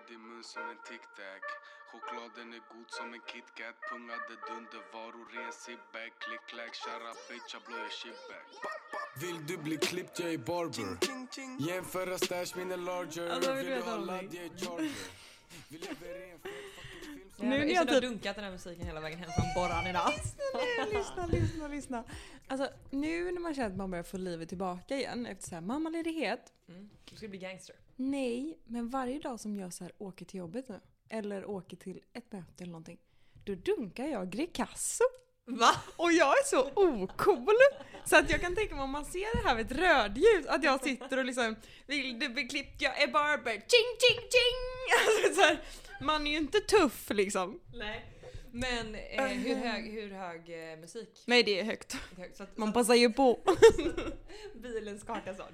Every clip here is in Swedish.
din mun som en tic-tac. Chokladen är god som en KitKat. Pungade dundervaror, ren zip-back. Klick-klack, shara bitch, jag blåar shit-back. Vill du bli klippt, jag är barber. Jämföra stash, min är larger. Alltså, vill du ha ladd, jag är charger. Vill leverera en fet fucking film som... Nu har jag dunkat den här musiken hela vägen hem från Borran idag. Lyssna. Alltså nu när man känner att man börjar få livet tillbaka igen efter så här mammaledighet. Du ska bli gangster. Nej, men varje dag som jag så här åker till jobbet nu eller åker till ett möte eller någonting, då dunkar jag Grecasso. Va? Och jag är så ocool så att jag kan tänka mig om man ser det här med ett rödljus att jag sitter och liksom vill du bli klippt, jag är barber, ching ching ching. Alltså, så här, man är ju inte tuff liksom. Nej. Men hur hög musik? Nej, det är högt. Så att, Man passar ju på. bilen skakar så.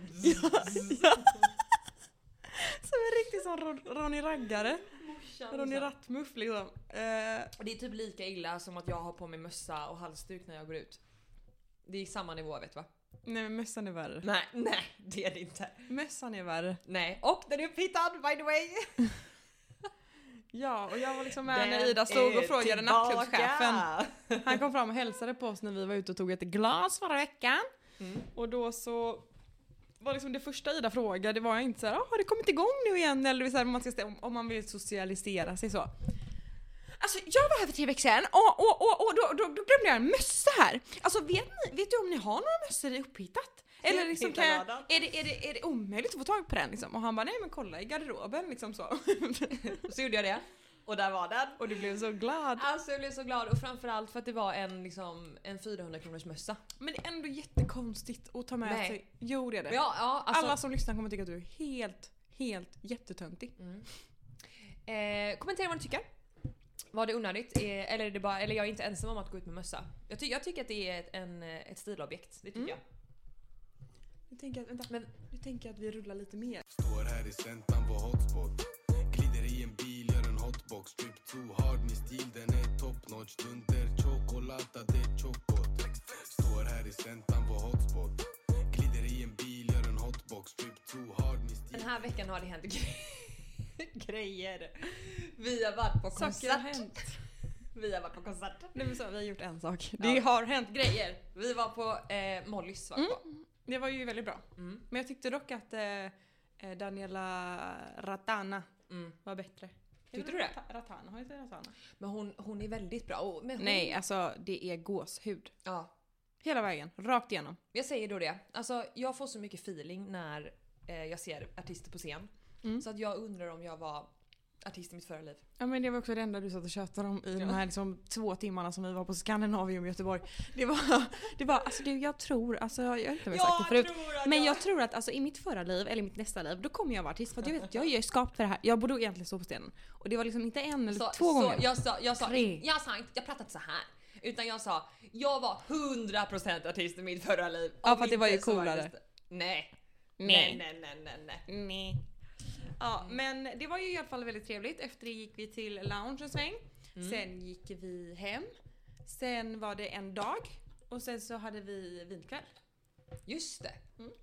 Som en riktig sån Ronny Raggare. Ronny Rattmuff liksom. Det är typ lika illa som att jag har på mig mössa och halsduk när jag går ut. Det är samma nivå, vet du va? Nej, men mössan är värre. Nej, det är det inte. Mössan är värre. Nej, och den är upphittad by the way. Ja, och jag var liksom med när Ida stod och frågade nattklubbschefen. Han kom fram och hälsade på oss när vi var ute och tog ett glas förra veckan. Och då så var liksom det första Ida frågade, det var inte så här, har det kommit igång nu igen? Eller så här, om man vill socialisera sig så. Alltså jag var här för 3 veckor sedan och då glömde jag en mössa här. Alltså vet du om ni har några mössor i upphittat? Eller liksom är det omöjligt att få tag på den liksom? Och han bara, nej men kolla i garderoben liksom så. Så gjorde jag det. Och där var den. Och du blev så glad. Alltså jag blev så glad och framförallt för att det var en 400 kronors mössa. Men det är ändå jättekonstigt att ta med sig. Jo, det är det. Ja, alltså... Alla som lyssnar kommer tycka att du är helt jättetöntig. Kommentera vad du tycker. Var det onödigt? Eller är det bara, eller jag är inte ensam om att gå ut med mössa. Jag tycker att det är ett stilobjekt. Det tycker jag. Du tänker att vi rullar lite mer. Står här i centran på hotspot. Glider i en bil, gör en hotbox. Trip too hard, min stil den är top notch. Dunder, chocolata, det är chocot. Står här i centran på hotspot. Glider i en bil, gör en hotbox. Trip too hard, min stil. Den här veckan har det hänt grejer. Vi har varit på konsert. Vi har varit på konsert. Nej, men så, vi har gjort en sak. Det har hänt grejer. Vi var på Mollys var på. Det var ju väldigt bra. Men jag tyckte dock att Daniela Ratana var bättre. Tyckte du det? Ratana, har inte Ratana? Men hon är väldigt bra. Nej, alltså det är gåshud. Ja. Hela vägen, rakt igenom. Jag säger då det. Alltså jag får så mycket feeling när jag ser artister på scen. Så att jag undrar om jag var artist i mitt förra liv. Ja, men det var också det enda du satt och tjötade om i de här liksom 2 timmarna som vi var på Scandinavium i Göteborg. Det var alltså jag tror, alltså jag vet inte vad jag sagt det förut. Men jag tror att alltså i mitt förra liv eller i mitt nästa liv då kommer jag vara artist för att jag vet att jag är skapt för det här. Jag borde egentligen stå på scenen. Och det var liksom inte en eller 2 gånger. Jag sa inte, jag pratade så här. Utan jag sa, jag var 100% artist i mitt förra liv. Ja, för att det var ju coolare. Nej. Ja, men det var ju i alla fall väldigt trevligt. Efter det gick vi till lounge en sväng. Sen gick vi hem. Sen var det en dag. Och sen så hade vi vinkväll. Just det.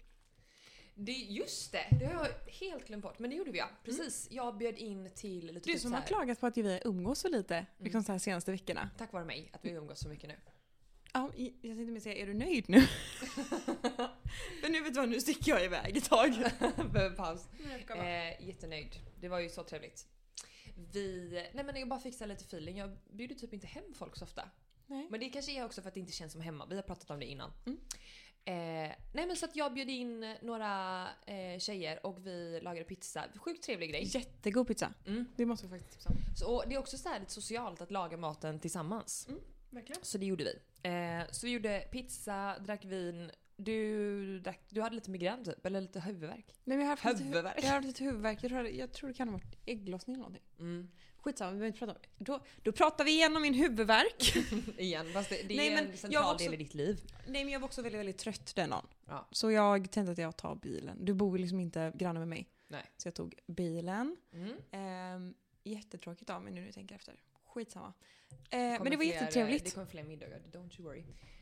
Det har jag helt glömt bort. Men det gjorde vi precis. Jag bjöd in till lite. Du som har klagat på att vi umgås så lite liksom så här senaste veckorna. Tack vare mig att vi umgås så mycket nu. Ja, jag tänkte mig säga, är du nöjd nu? Men nu vet du vad, nu sticker jag iväg ett tag. Behöver paus. Jättenöjd. Det var ju så trevligt. Men jag bara fixade lite feeling. Jag bjuder typ inte hem folk så ofta. Nej. Men det kanske är också för att det inte känns som hemma. Vi har pratat om det innan. Men så att jag bjöd in några tjejer och vi lagade pizza. Sjukt trevlig grej. Jättegod pizza. Det måste vi faktiskt tipsa om. Så det är också så här lite socialt att laga maten tillsammans. Verkligen. Så det gjorde vi. Så vi gjorde pizza, drack vin. Du hade lite migrän typ, eller lite huvudvärk. Nej, men jag hade lite huvudvärk. Jag tror det kan ha varit ägglossning eller någonting. Skitsamma, vi behöver inte prata om det. Då pratar vi igenom min huvudvärk. Igen, fast det är en central del i ditt liv. Nej, men jag var också väldigt, väldigt trött den dagen. Ja. Så jag tänkte att jag tar bilen. Du bor liksom inte granne med mig. Nej. Så jag tog bilen. Jättetråkigt av mig nu när jag tänker efter. Skitsamma. Men det var jättetrevligt. Det kommer fler middagar, don't you worry.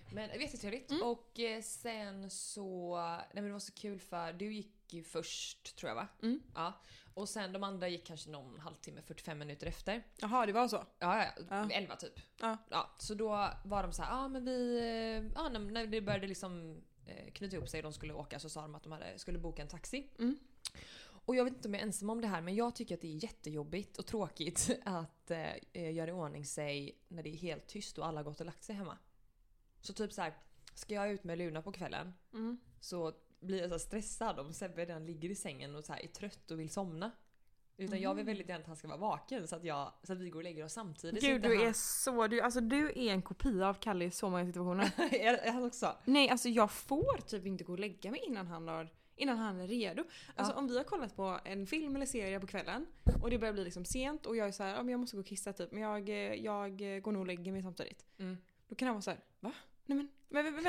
Men jättetrevligt. Och sen så, nej men det var så kul för du gick ju först tror jag va? Ja. Och sen de andra gick kanske någon halvtimme, 45 minuter efter. Jaha, det var så? Ja. 11 typ. Ja. Så då var de så här, men vi, när det började liksom knyta ihop sig, de skulle åka, så sa de att de skulle boka en taxi. Och jag vet inte om jag är ensam om det här, men jag tycker att det är jättejobbigt och tråkigt att göra i ordning sig när det är helt tyst och alla har gått och lagt sig hemma. Så typ så här, ska jag ut med Luna på kvällen så blir jag så stressad om Sebbe redan ligger i sängen och så här är trött och vill somna. Utan jag vill väldigt gärna att han ska vara vaken så att vi går och lägger oss samtidigt. Gud, du är en kopia av Kalle i så många situationer. Är han också? Nej, alltså jag får typ inte gå och lägga mig innan han är redo. Alltså om vi har kollat på en film eller serie på kvällen och det börjar bli liksom sent och jag är så här, men jag måste gå och kissa typ, men jag går nog och lägger mig samtidigt. Då kan han vara så här, va? Nej men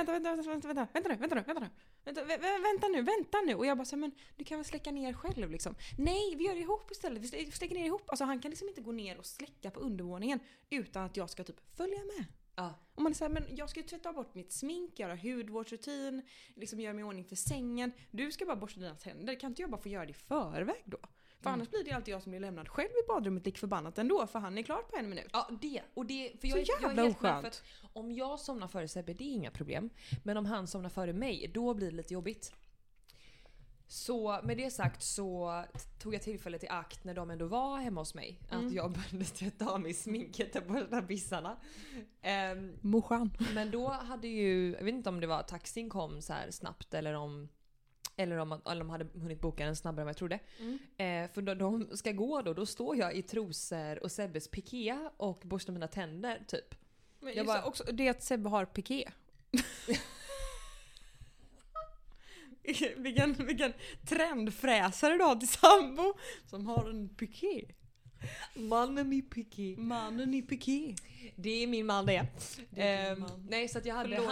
vänta nu. Och jag bara så här, men du kan väl släcka ner själv liksom. Nej, vi gör det ihop istället. Vi släcker ner ihop. Alltså han kan liksom inte gå ner och släcka på undervåningen utan att jag ska typ följa med. Och man är så här, men jag ska ju tvätta bort mitt smink, göra hudvårdsrutin, liksom göra mig i ordning för sängen. Du ska bara borsta dina tänder. Kan inte jag bara få göra det i förväg då? För annars blir det alltid jag som blir lämnad själv i badrummet lik förbannat ändå, för han är klar på 1 minut. Ja, för jag är helt med, för att om jag somnar före Sebbe, det är inga problem. Men om han somnar före mig, då blir det lite jobbigt. Så med det sagt så tog jag tillfället i akt när de ändå var hemma hos mig. Att jag började tvätta av mig sminket och borsta bissarna. Morsan. Men då hade ju, jag vet inte om det var taxin kom så här snabbt eller om de hade hunnit boka den snabbare än vad jag trodde. För då de ska gå då står jag i trosor och Sebbes piké och borstar mina tänder typ. Men jag bara, också det att Sebbe har piké. vilken trendfräsare du har till sambo som har en piké. Mannen i piké. Det är min man det. Nej, så att jag hade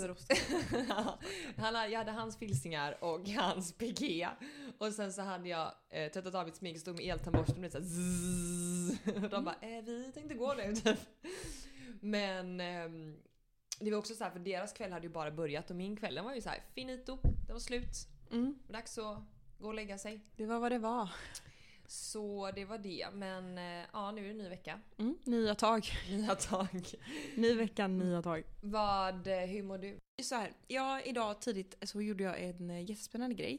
jag hade hans filsingar och hans piké. Och sen så hade jag tvättat av mitt smink och stod med eltandborsten och så här, och de bara, vi tänkte gå nu typ. Men det var också så här, för deras kväll hade ju bara börjat och min kväll var ju så här finito, det var slut. Dags att gå och lägga sig. Det var vad det var. Så det var det, men ja, nu är det en ny vecka. Nya tag. Ny vecka, nya tag. Hur mår du? Så här, idag tidigt så gjorde jag en jättespännande grej.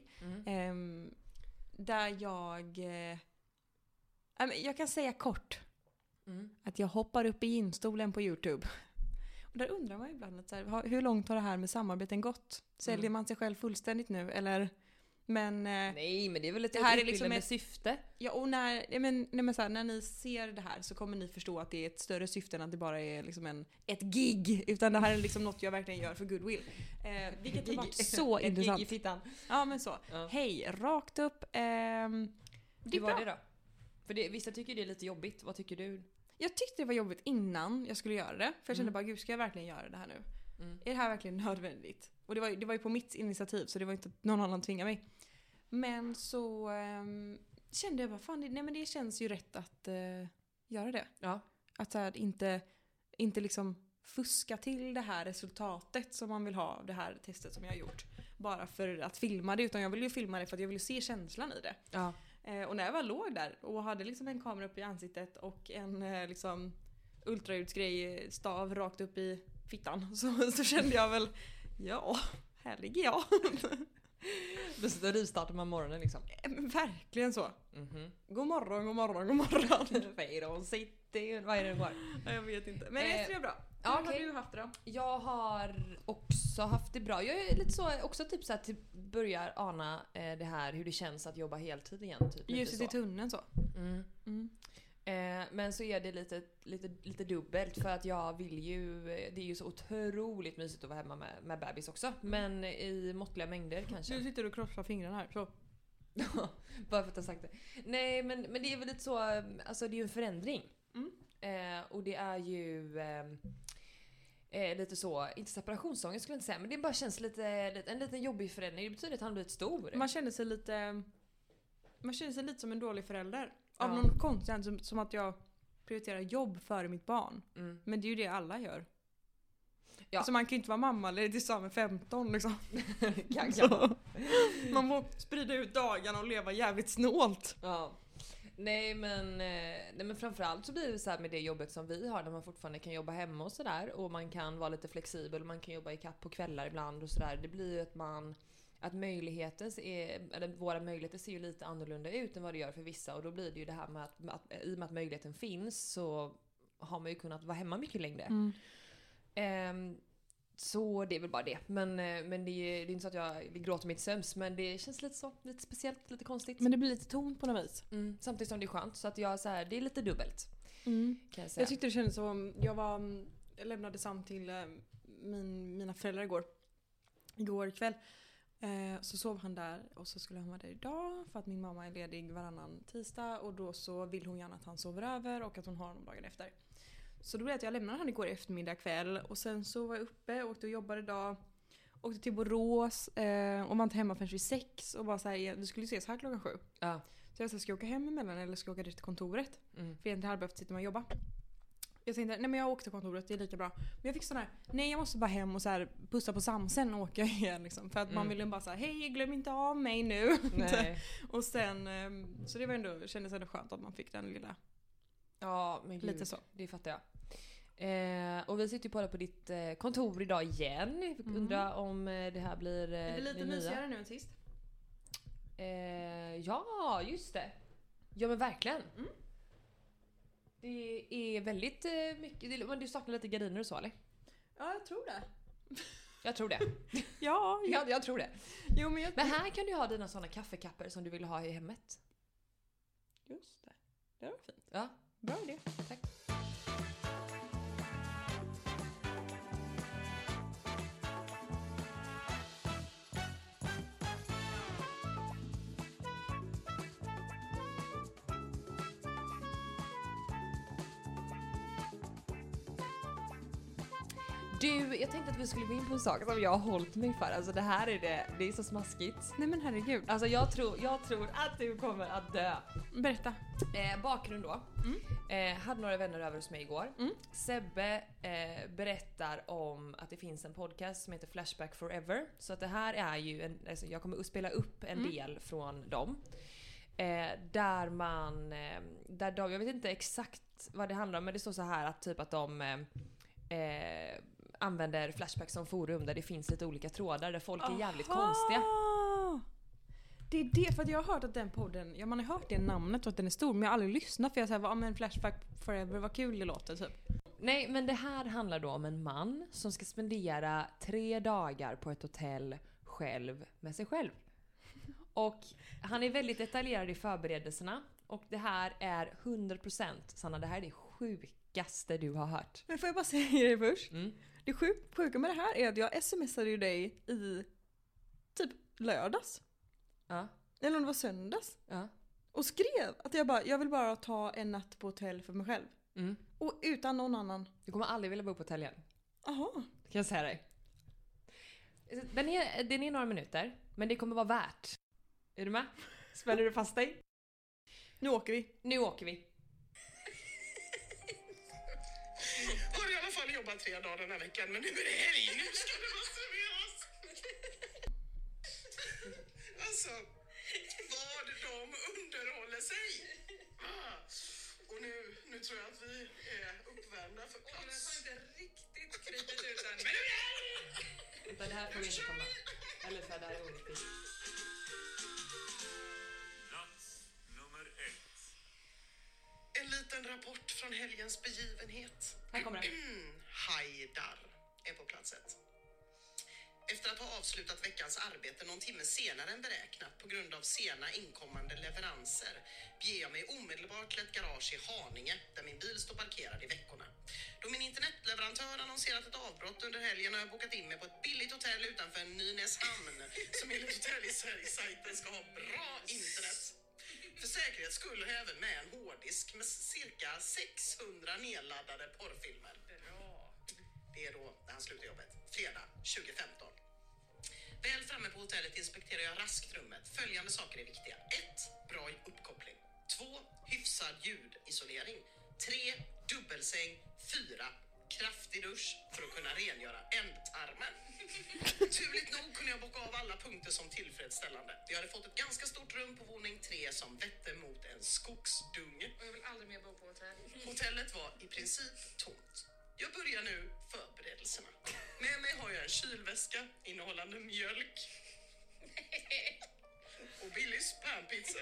Där jag kan säga kort att jag hoppar upp i instolen på YouTube. Och där undrar man ibland att så här, hur långt har det här med samarbeten gått? Säljer man sig själv fullständigt nu eller? Men nej, men det är väl det här är liksom ett syfte. Ja, och när ni ser det här så kommer ni förstå att det är ett större syfte än att det bara är liksom ett gig, utan det här är liksom något jag verkligen gör för goodwill. Vilket har varit så intressant. Gig i fittan. Ja, men så. Ja. Hej, rakt upp. Hur var det då? För vissa tycker det är lite jobbigt. Vad tycker du? Jag tyckte det var jobbigt innan jag skulle göra det. För jag kände bara, gud, ska jag verkligen göra det här nu? Är det här verkligen nödvändigt? Och det var ju på mitt initiativ, så det var inte någon annan tvinga mig. Men så kände jag bara, men det känns ju rätt att göra det. Ja. Att så här, inte liksom fuska till det här resultatet som man vill ha av det här testet som jag har gjort. Bara för att filma det, utan jag vill ju filma det för att jag vill se känslan i det. Ja. Och när jag var låg där och hade liksom en kamera upp i ansiktet och en liksom ultraljudsgrej stav rakt upp i fittan, så kände jag väl, ja, här ligger jag. Då rivstartar man morgonen liksom. Verkligen så. God morgon. Fade City. Vad är det går? Jag vet inte. Men det är bra. Hur har du haft det då? Jag har också haft det bra. Jag är lite så, också typ så att börjar ana det här, hur det känns att jobba heltid igen. Typ, ljuset i tunneln så. Men så är det lite dubbelt för att jag vill ju, det är ju så otroligt mysigt att vara hemma med bebis också, men i måttliga mängder kanske. Du sitter och krossar fingrarna här så. Bara för att ha sagt det. Nej, men det är väl lite så, alltså det är ju en förändring. Och det är ju lite så, inte separationsångest skulle jag inte säga, men det bara känns en liten jobbig förändring. Det betyder att han blivit stor. Man känner sig lite som en dålig förälder. Av någon konstigt, som att jag prioriterar jobb före mitt barn. Men det är ju det alla gör. Ja. Alltså man kan ju inte vara mamma eller tillsammans med 15 liksom. Man får sprida ut dagarna och leva jävligt snålt. Ja. Nej men framförallt så blir det så här med det jobbet som vi har, där man fortfarande kan jobba hemma och sådär, och man kan vara lite flexibel, man kan jobba i kapp på kvällar ibland och sådär. Det blir ju att våra möjligheter ser ju lite annorlunda ut än vad det gör för vissa, och då blir det ju det här med att i och med att möjligheten finns så har man ju kunnat vara hemma mycket längre. Så det är väl bara det. Men det är inte så att jag gråter mitt söms, men det känns lite speciellt, lite konstigt. Men det blir lite tomt på något vis. Samtidigt som det är skönt, så att jag så här, det är lite dubbelt. Kan jag säga. Jag tyckte det kändes som jag lämnade Sam till mina föräldrar igår kväll. Så sov han där och så skulle han vara där idag för att min mamma är ledig varannan tisdag, och då så vill hon gärna att han sover över och att hon har honom dagen efter. Så då blev det att jag lämnade han igår eftermiddag kväll, och sen så var jag uppe och åkte och jobbade idag. Åkte till Borås och man inte hemma förrän vid 6 och bara såhär, vi skulle ses här klockan 7. Ja. Så jag sa, ska jag åka hem emellan eller ska jag åka dit till kontoret? För egentligen hade jag behövt sitta med och jobba. Jag tänkte, nej men jag åkte till kontoret, det är lika bra. Men jag fick sån här, nej jag måste bara hem och så här pussa på Sam, sen åker jag igen liksom. För att man ville bara säga, hej glöm inte av mig nu. Och sen, så det var ändå, kändes ändå skönt att man fick den lilla. Ja men gud, lite så. Det fattar jag. Och vi sitter ju på ditt kontor idag igen. Undrar om det här blir det är lite mysigare nu än sist. Ja, just det. Ja men verkligen. Det är väldigt mycket. Men du saknar lite gardiner och så, eller? Ja, jag tror det. Jag tror det. Ja, jag tror det. Jo, men här kan du ha dina såna kaffekapper som du vill ha i hemmet. Just det. Det var fint. Ja. Bra idé. Tack. Du, jag tänkte att vi skulle gå in på en sak som jag har hållit mig för. Alltså det här det är så smaskigt. Nej men herregud. Alltså jag tror att du kommer att dö. Berätta. Bakgrund då. Hade några vänner över hos mig igår. Sebbe berättar om att det finns en podcast som heter Flashback Forever. Så att det här är ju alltså jag kommer att spela upp en del från dem. Där jag vet inte exakt vad det handlar om, men det står så här att typ att de använder Flashback som forum där det finns lite olika trådar där folk är jävligt konstiga. Det är det, för att jag har hört att den podden, man har hört det namnet och att den är stor, men jag har aldrig lyssnat för jag säger men Flashback Forever, vad kul det låter typ. Nej, men det här handlar då om en man som ska spendera 3 dagar på ett hotell själv med sig själv. Och han är väldigt detaljerad i förberedelserna, och det här är 100%, Sanna, det här är det sjukaste du har hört. Men får jag bara säga det först? Det sjuka med det här är att jag smsade ju dig i typ lördags. Ja. Eller om det var söndags. Ja. Och skrev att jag vill bara ta en natt på hotell för mig själv. Och utan någon annan. Du kommer aldrig vilja bo på hotell igen. Jaha. Det kan jag säga dig. Den är några minuter, men det kommer vara värt. Är du med? Spänner du fast dig? Nu åker vi. Har i alla fall jobbat 3 dagar den här veckan, men nu är det helg. Nu ska det vara serveras. Alltså, vad de underhåller sig. Och nu tror jag att vi är uppvärmda för plats. Det har inte riktigt krypit ut än. Men nu är det helg! Utan det här får vi inte komma. Eller så det här är olyckligt. Plats nummer 1. En liten rapport från helgens begivenhet. Här kommer det. Haidar är på plats 1. Efter att ha avslutat veckans arbete någon timme senare än beräknat på grund av sena inkommande leveranser beger jag mig omedelbart till ett garage i Haninge där min bil står parkerad i veckorna. Då min internetleverantör annonserat ett avbrott under helgen har jag bokat in mig på ett billigt hotell utanför Nynäshamn som enligt hotellsajten ska ha bra internet. För säkerhets skull har jag även med en hårddisk med cirka 600 nedladdade porrfilmer. Det är då när han slutar jobbet. Fredag 2015. Väl framme på hotellet inspekterar jag raskt rummet. Följande saker är viktiga. 1. Bra uppkoppling. 2. Hyfsad ljudisolering. 3. Dubbelsäng. 4. kraftig dusch för att kunna rengöra ändtarmen. Turligt nog kunde jag bocka av alla punkter som tillfredsställande. Jag hade fått ett ganska stort rum på våning 3 som vette mot en skogsdunge. Och jag vill aldrig mer bo på hotell. Hotellet var i princip tomt. Jag börjar nu förberedelserna. Med mig har jag en kylväska innehållande mjölk och Billys panpizzor.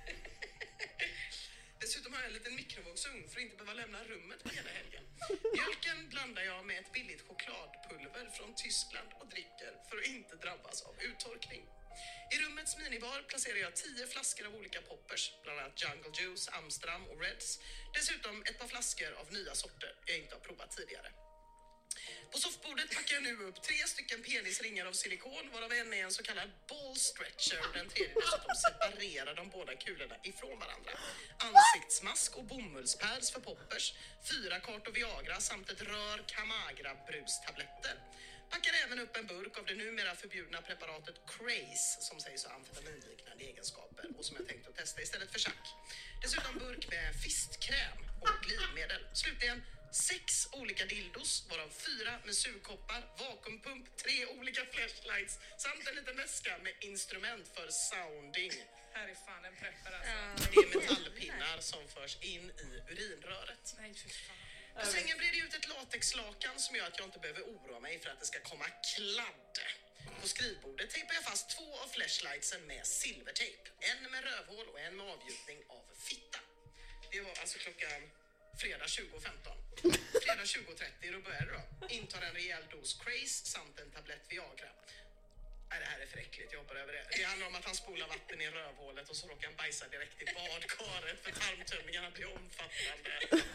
Dessutom har jag en liten mikrovågsugn för att inte behöva lämna rummet på hela helgen. Mjölken blandar jag med ett billigt chokladpulver från Tyskland och dricker för att inte drabbas av uttorkning. I rummets minibar placerar jag 10 flaskor av olika poppers, bland annat Jungle Juice, Amsterdam och Reds. Dessutom ett par flaskor av nya sorter jag inte har provat tidigare. På soffbordet packar jag nu upp 3 stycken penisringar av silikon, varav en är en så kallad ball stretcher och den tredje dessutom separerar de båda kulorna ifrån varandra. Ansiktsmask och bomullspads för poppers, 4 kartor Viagra samt ett rör Camagra brustabletter. Packar även upp en burk av det numera förbjudna preparatet Craze som sägs ha amfetaminliknande egenskaper och som jag tänkt att testa istället för chack. Dessutom burk med fistkräm och glidmedel. Slutligen 6 olika dildos, varav 4 med sugkoppar, vakuumpump, 3 olika flashlights samt en liten väska med instrument för sounding. Här är fan en preppar alltså. Det är metallpinnar som förs in i urinröret. Nej, fy fan. På sängen blir det ut ett latexlakan som gör att jag inte behöver oroa mig för att det ska komma kladd. På skrivbordet tejpar jag fast 2 av flashlightsen med silvertejp. En med rövhål och en med avgjutning av fitta. Det var alltså klockan fredag 20.15. Fredag 20.30 då börjar det då. Intar en rejäl dos Craze samt en tablett Viagra. Nej, det här är för äckligt, jag hoppar över det. Det handlar om att han spolar vatten i rövhålet och så råkar han bajsa direkt i badkaret för tarmtömningarna blir omfattande.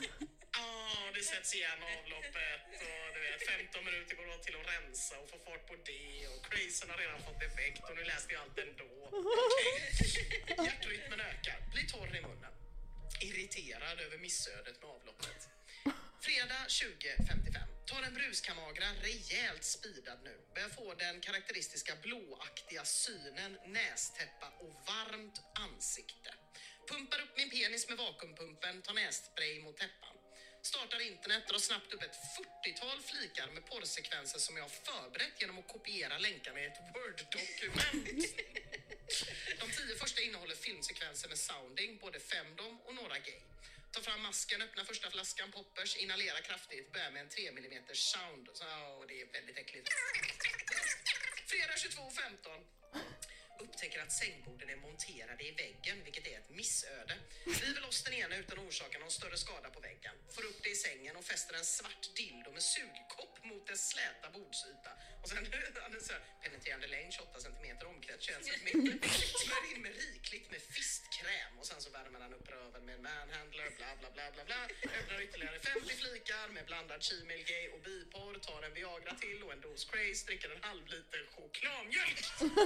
Det sätts igen avloppet och du vet, 15 minuter går åt till att rensa och få fart på det och Crazen har redan fått effekt och nu läste jag allt ändå. Okay. Hjärtrytmen ökar, blir torr i munnen. Irriterad över missödet med avloppet. Fredag 20.55. Tar en bruskamagra rejält speedad nu. Börjar få den karaktäristiska blåaktiga synen, nästäppa och varmt ansikte. Pumpar upp min penis med vakuumpumpen, tar nässpray mot täppan. Startar internet, drar snabbt upp ett 40-tal flikar med porrsekvenser som jag har förberett genom att kopiera länkarna i ett Word-dokument. De 10 första innehåller filmsekvenser med sounding, både femdom och några gay. Ta fram masken, öppna första flaskan poppers, inhalera kraftigt, börja med en 3 mm sound. Det är väldigt äckligt. Fredag 22.15. Upptäcker att sängborden är monterade i väggen, vilket är ett missöde. River loss den ena utan orsaken någon större skada på väggen. Får upp det i sängen och fäster en svart dildo med sugkopp mot dess släta bordsyta. Och sen penetrerande längd 28 cm, omkrets 21 cm. Smörjer in med rikligt med fistkräm och sen så värmer man upp röven med en manhandler, bla bla bla bla bla. Öppnar ytterligare 50 flikar med blandad female gay och biporr, tar en Viagra till och en dos Craze, dricker en halv liter chokladmjölk.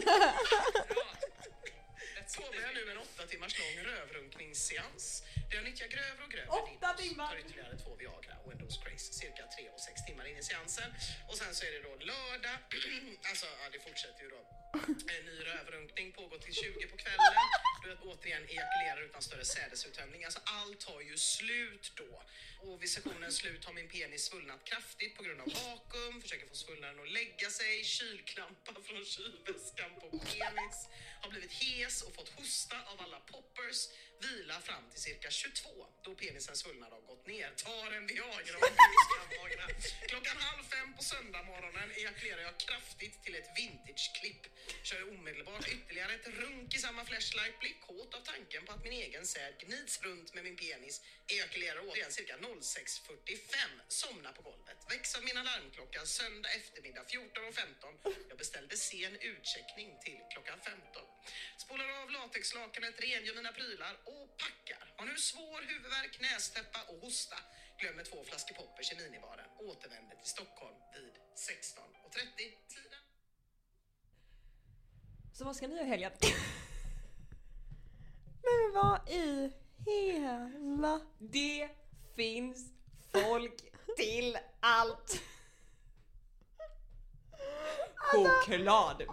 Påbörjar nu en 8 timmars lång rövrunkningsseans. Där jag nyttjar grövre och grövre 8 timmar! Tar ytterligare 2 Viagra och en dos Craze cirka 3 och 6 timmar in i seansen. Och sen så är det då lördag. Det fortsätter ju då. En ny rövrunkning pågår till 20 på kvällen. Du återigen ejakulerar utan större sädesuttömning. Alltså allt tar ju slut då. Och vid sessionens slut har min penis svullnat kraftigt på grund av vakuum. Försöker få svullnaden att lägga sig. Kylklampa från kylväskan på penis. Har blivit hes och fått hosta av alla poppers. Vila fram till cirka 22 då penisens svullnad har gått ner. Tar en Viagra och bruskamagra. Klockan 4:30 på söndag morgonen ejakulerar jag kraftigt till ett vintage-klipp. Kör omedelbart ytterligare ett runk i samma flashlight. Blir kåt av tanken på att min egen säd gnids runt med min penis. Ejakulerar återigen cirka 06:45. Somnar på golvet. Väcks av min alarmklocka söndag eftermiddag 14:15. Jag beställde sen utcheckning till klockan 15. Spolar av latexlakanet, rengör mina prylar och packar. Har nu svår huvudvärk, nästäppa och hosta. Glömmer 2 flaskor poppers i minibaren. Återvänder till Stockholm vid 16:30 tiden. Så vad ska ni göra i helgen? Men vad i hela... Det finns folk till allt. Chokladmjölk.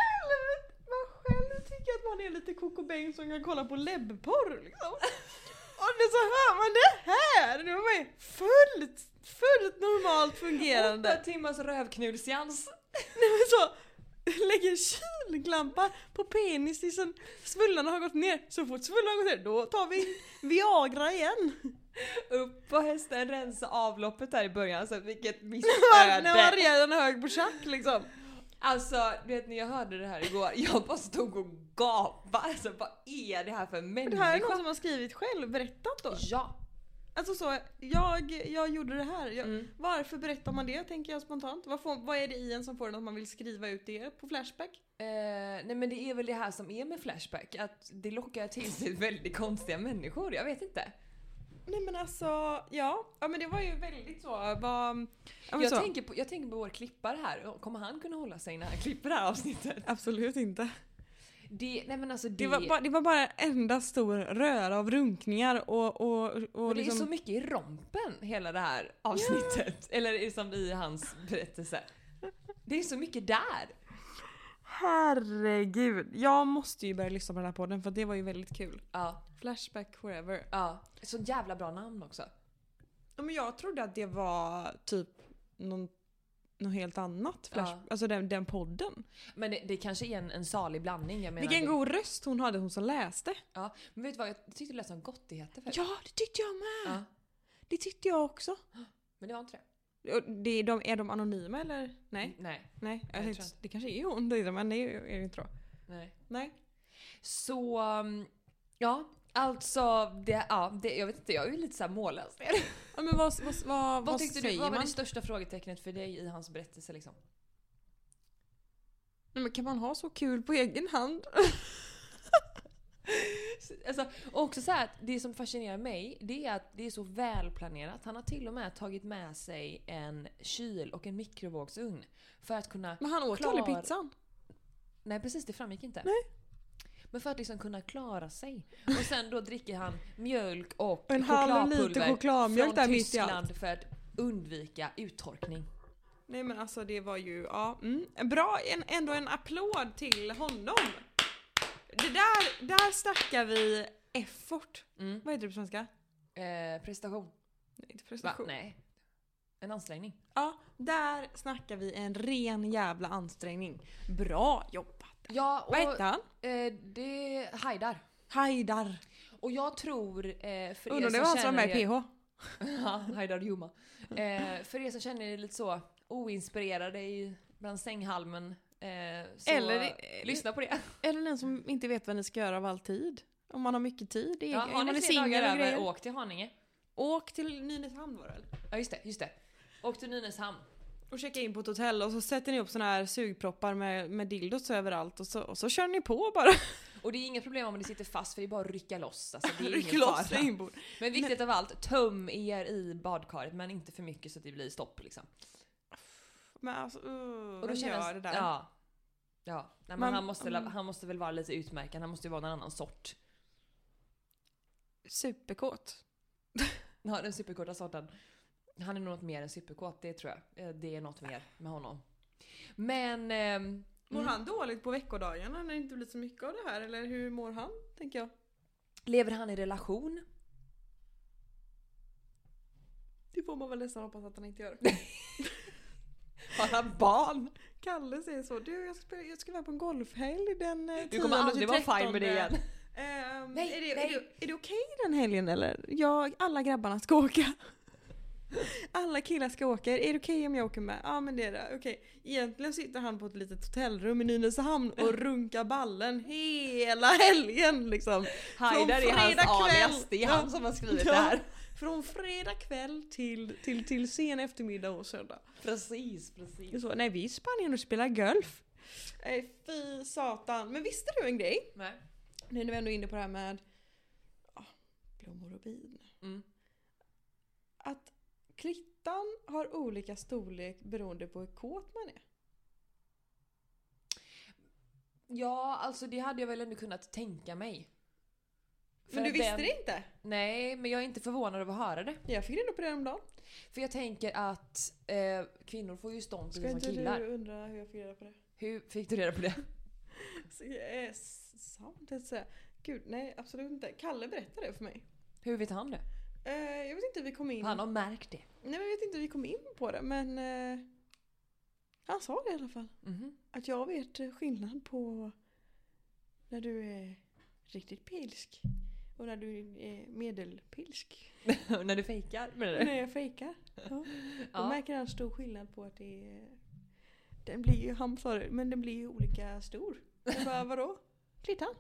Man själv tycker att man är lite kokobäng som kan kolla på lebbporr liksom. Och det så hör man det här. Det var mig fullt normalt fungerande. 8 timmars rövknullseans. Nej men så lägger kylglampa på penis tills svullarna har gått ner. Så fort svullarna har gått ner, då tar vi Viagra igen. Upp på hästen, rensa avloppet där i början. Så vilket När missöde. man redan hög på tjack liksom. Alltså, du vet när jag hörde det här igår, jag bara stod och gapade. Alltså, vad är det här för människa? Det här är någon som har skrivit själv, berättat då. Ja. Alltså så, jag gjorde det här. Varför berättar man det, tänker jag spontant? Vad är det i en som får en att man vill skriva ut det på Flashback? Nej men det är väl det här som är med Flashback. Att det lockar till sig väldigt konstiga människor, jag vet inte. Nej men alltså, ja men det var ju väldigt så. Jag tänker på vår klippare här. Kommer han kunna hålla sig när han klipper det här avsnittet? Absolut inte. Det var bara en enda stor röra av runkningar och det liksom... är så mycket i rompen hela det här avsnittet. Eller som i hans berättelse. Det är så mycket där. Herregud, jag måste ju börja lyssna på den här podden för det var ju väldigt kul. Ja. Flashback forever. Ja, så jävla bra namn också. Ja, men jag trodde att det var typ något helt annat. Alltså den podden. Men det kanske är en salig blandning. Jag menar vilken god röst hon hade, hon som läste. Ja, men vet du vad? Jag tyckte det lät som gottigheter först. Ja, det tyckte jag med. Ja. Det tyckte jag också. Men det var inte det. Är de anonyma eller? Nej. Nej. Jag tänkte, det kanske är hon, men det är det inte då. Nej. Så, ja. Alltså, jag vet inte, jag är ju lite såhär mållös. Ja, men vad tyckte säger du, vad var man? det största frågetecknet för dig i hans berättelse liksom? Nej, men kan man ha så kul på egen hand? Alltså, och också så här, att det som fascinerar mig, det är att det är så välplanerat. Han har till och med tagit med sig en kyl och en mikrovågsugn för att kunna Men han åt aldrig pizzan. Nej precis, det framgick inte. Nej. Men för att liksom kunna klara sig. Och sen då dricker han mjölk och en halv liter chokladpulver chokladmjölk från där mitt i allt. Tyskland för att undvika uttorkning. Nej men alltså det var ju, bra, ändå en applåd till honom. Det där snackar vi effort. Vad heter det på svenska? Prestation. Nej, inte prestation. Nej. En ansträngning. Ja, där snackar vi en ren jävla ansträngning. Bra jobbat. Ja, och vad heter han? Det är Haidar. Och jag tror för undrar er det var som han som var med i PH. Ja, Haidar Juma. För er som känner er lite så oinspirerade bland sänghalmen, så eller lyssna på det. Eller den som inte vet vad ni ska göra av all tid. Om man har mycket tid. Har ni 3 dagar över, åk till Haninge. Åk till Nynäshamn var det väl? Ja just det. Åk till Nynäshamn. Och checka in på ett hotell och så sätter ni upp såna här sugproppar med dildos överallt och så kör ni på bara. Och det är inga problem om det sitter fast, för det är bara att rycka loss. Alltså, det är rycka ingen loss fara. inbord. Men viktigt av allt, töm er i badkaret men inte för mycket så att det blir stopp liksom. Men alltså, och då gör det där? Ja. Nej, men han måste väl vara lite utmärkande, han måste ju vara en annan sort. Superkåt. Ja, den superkåta sorten. Han är nog något mer än superkåt, det tror jag. Det är något mer med honom. Men... mår han dåligt på veckodagarna när det inte blir så mycket av det här? Eller hur mår han, tänker jag? Lever han i relation? Det får man väl nästan hoppas att han inte gör. Har han barn? Kalle säger så. Du, jag ska vara på en golfhelg den 10-13. Du kommer aldrig vara fine med det igen. Nej. Är det okej den helgen eller? Alla grabbarna ska åka. Alla killar ska åka. Är det okej om jag åker med? Ja men det är det. Okej. Egentligen sitter han på ett litet hotellrum i Nynäshamn och runkar ballen hela helgen liksom. Haidar är hans alias. Det är han som har skrivit det här. Från fredag kväll till sen eftermiddag och söndag. Precis. Så, nej, vi är i Spanien och spelar golf. Fy satan. Men visste du en grej? Nej. Nu är vi ändå inne på det här med blommor och bin. Att klittan har olika storlek beroende på hur kåt man är. Ja, alltså det hade jag väl ändå kunnat tänka mig. Men du visste det inte? Nej, men jag är inte förvånad över att höra det. Jag fick reda på det häromdagen. För jag tänker att kvinnor får ju stånd precis som killar. killar. Ska inte du undra hur jag fick reda på det? Hur fick du reda på det? Sant att säga. Gud, nej absolut inte. Kalle berättade det för mig. Hur vet han det? Jag vet inte, vi kom in... Han har märkt det. Nej, men jag vet inte, vi kom in på det, men han sa det i alla fall. Att jag vet skillnad på när du är riktigt pilsk och när du är medelpilsk. När du fejkar, menar du? När jag fejkar. Ja. Då märker han stor skillnad på att det är... Den blir ju, han sa det, men den blir ju olika stor. Jag bara, vadå? Klittan?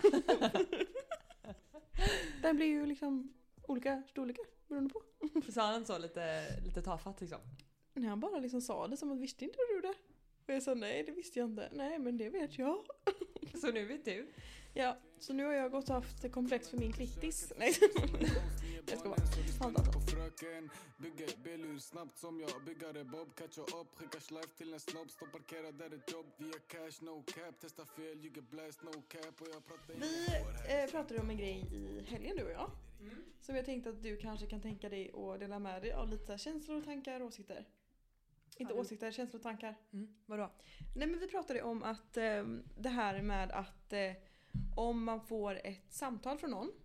Den blir ju liksom olika storlekar beroende på. Så han så lite tafatt liksom. Nej, han bara liksom sa det som att visste inte du det? Och jag sa nej, det visste jag inte. Nej, men det vet jag. Så nu vet du. Ja, så nu har jag gått och haft komplex för min klittis. Nej, jag ska bara handla på fröken. Bygger bilur snabbt som jag. Byggare Bob, catcha upp. Skickar slife till en snobb. Står parkerad där ett jobb. Via cash, no cap. Testa fel, you get blast, no cap. Och jag pratar Vi pratade om en grej i helgen, du och jag. Som jag tänkte att du kanske kan tänka dig och dela med dig av lite känslor, tankar och åsikter. Inte åsikter, känslor och tankar. Vadå? Nej, men vi pratade om att det här med att om man får ett samtal från någon.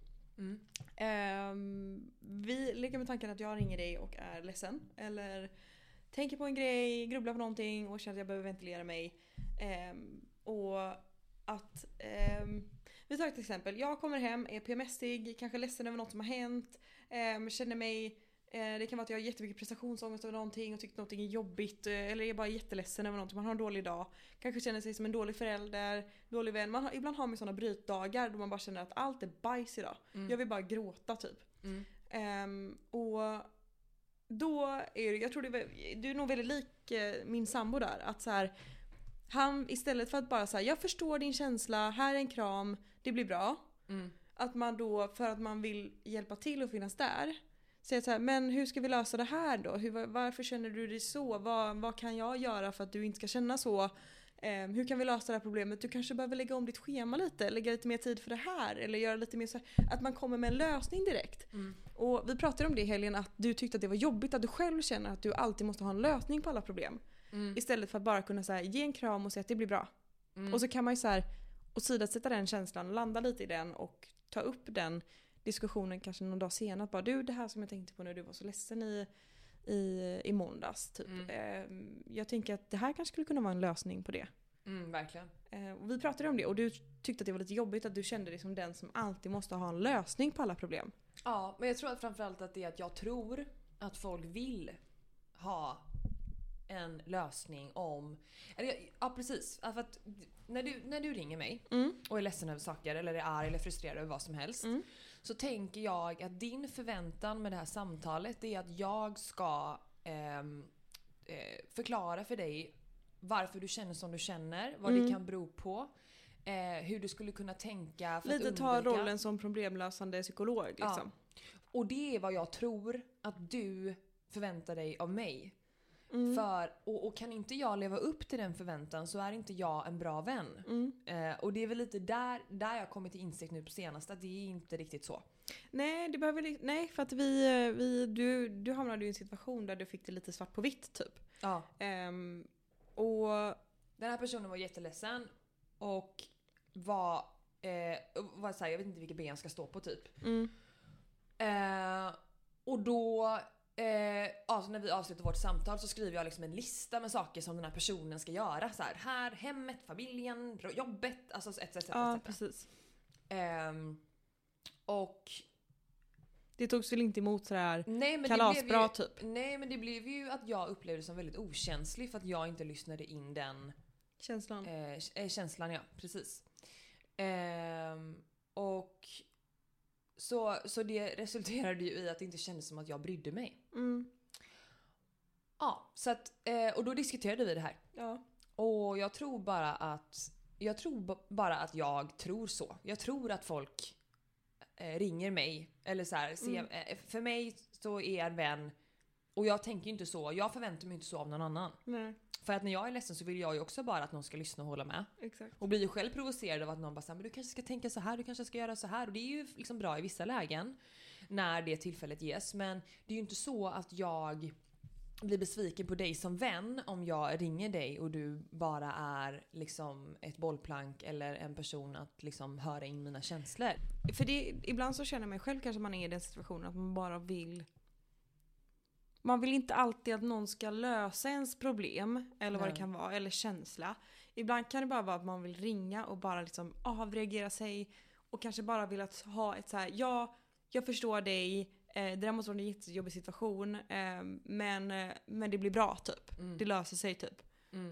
Vi leker med tanken att jag ringer dig och är ledsen. Eller tänker på en grej, grubblar på någonting och känner att jag behöver ventilera mig. Och att... vi tar ett exempel. Jag kommer hem, är PMSig, kanske ledsen över något som har hänt. Känner mig... det kan vara att jag har jättemycket prestationsångest över någonting och tycker någonting är jobbigt. Eller är bara jätteledsen över någonting. Man har en dålig dag. Kanske känner sig som en dålig förälder, dålig vän. Ibland har man sådana brytdagar då man bara känner att allt är bajs idag. Jag vill bara gråta typ. Och då är det, jag tror du är nog väldigt lik min sambo där. Att så här, han istället för att bara säga jag förstår din känsla, här är en kram, det blir bra. Att man då, för att man vill hjälpa till och finnas där, säger så här, men hur ska vi lösa det här då? Varför känner du dig så? Vad kan jag göra för att du inte ska känna så? Hur kan vi lösa det här problemet? Du kanske behöver lägga om ditt schema lite, lägga lite mer tid för det här, eller göra lite mer så här, att man kommer med en lösning direkt. Och vi pratade om det i helgen, att du tyckte att det var jobbigt att du själv känner att du alltid måste ha en lösning på alla problem. Istället för att bara kunna så här, ge en kram och säga att det blir bra. Och så kan man ju så här åsidosätta den känslan, landa lite i den och ta upp den diskussionen kanske någon dag senare. Bara, du, det här som jag tänkte på när du var så ledsen i måndags. Typ. Jag tänker att det här kanske skulle kunna vara en lösning på det. Verkligen. Och vi pratade om det och du tyckte att det var lite jobbigt att du kände dig som den som alltid måste ha en lösning på alla problem. Ja, men jag tror att framförallt att det är att jag tror att folk vill ha en lösning om... Ja, precis. För att när du ringer mig och är ledsen över saker eller är arg eller frustrerad över vad som helst, så tänker jag att din förväntan med det här samtalet är att jag ska förklara för dig varför du känner som du känner, vad det kan bero på, hur du skulle kunna tänka för lite att ta rollen som problemlösande psykolog liksom. Ja. Och det är vad jag tror att du förväntar dig av mig. Och kan inte jag leva upp till den förväntan så är inte jag en bra vän. Och det är väl lite där jag kommit till insikt nu på senaste, att det är inte riktigt så. Nej, för att du hamnade i en situation där du fick det lite svart på vitt typ. Ja. Och den här personen var jätteledsen och var så här, jag vet inte vilka ben jag ska stå på typ. Och då alltså när vi avslutar vårt samtal så skriver jag liksom en lista med saker som den här personen ska göra. Så här hemmet, familjen, jobbet, alltså etc. Ja, precis. Och det togs väl inte emot sådär kalasbra typ? Nej, men det blev ju att jag upplevde det som väldigt okänslig för att jag inte lyssnade in den känslan. Känslan, ja, precis. Och så det resulterade ju i att det inte kändes som att jag brydde mig. Ja, så att, och då diskuterade vi det här. Ja. Och jag tror bara att jag tror så. Jag tror att folk ringer mig eller så här, för mig så är jag en vän och jag tänker inte så. Jag förväntar mig inte så av någon annan. Nej. För att när jag är ledsen så vill jag ju också bara att någon ska lyssna och hålla med. Exakt. Och blir ju själv provocerad av att någon bara säger men du kanske ska tänka så här, du kanske ska göra så här. Och det är ju liksom bra i vissa lägen när det tillfället ges. Men det är ju inte så att jag bli besviken på dig som vän om jag ringer dig och du bara är liksom ett bollplank eller en person att liksom höra in mina känslor. För ibland så känner man själv kanske man är i den situationen att man bara vill... Man vill inte alltid att någon ska lösa ens problem eller vad det kan vara, eller känsla. Ibland kan det bara vara att man vill ringa och bara liksom avreagera sig och kanske bara vill att ha ett så här: ja, jag förstår dig, det där måste vara en jättejobbig situation, men det blir bra typ. Det löser sig typ.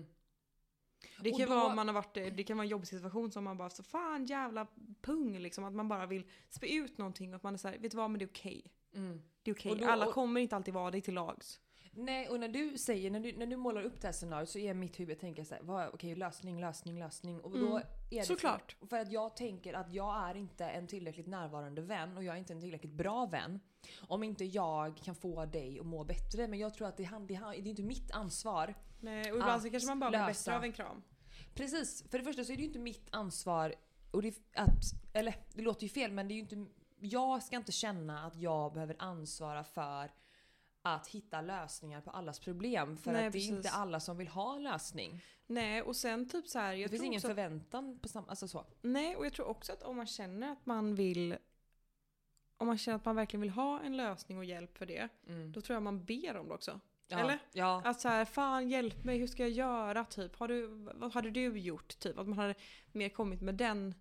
Det kan vara om man har varit, det kan vara en jobbig situation som man bara så fan jävla pung liksom, att man bara vill spä ut någonting och att man är så här, vet du vad, men det är okej. Det är okej. Alla kommer inte alltid vara dig till lags. Nej, och när du säger, när du målar upp det här scenariot så är mitt huvud tänker så här, okej, lösning och då är det såklart. För att jag tänker att jag är inte en tillräckligt närvarande vän och jag är inte en tillräckligt bra vän om inte jag kan få dig att må bättre. Men jag tror att det är inte mitt ansvar. Nej, och ibland så kanske man bara blir bättre av en kram. Precis, för det första så är det ju inte mitt ansvar och det låter ju fel, men det är ju inte, jag ska inte känna att jag behöver ansvara för att hitta lösningar på allas problem. För att det är inte alla som vill ha en lösning. Nej, och sen typ så här, det finns ingen förväntan på samma, alltså så. Nej, och jag tror också att om man känner att man vill, om man känner att man verkligen vill ha en lösning och hjälp för det, då tror jag man ber om det också. Ja, eller? Ja. Att så här, fan hjälp mig, hur ska jag göra typ? Vad hade du gjort typ? Att man hade mer kommit med den.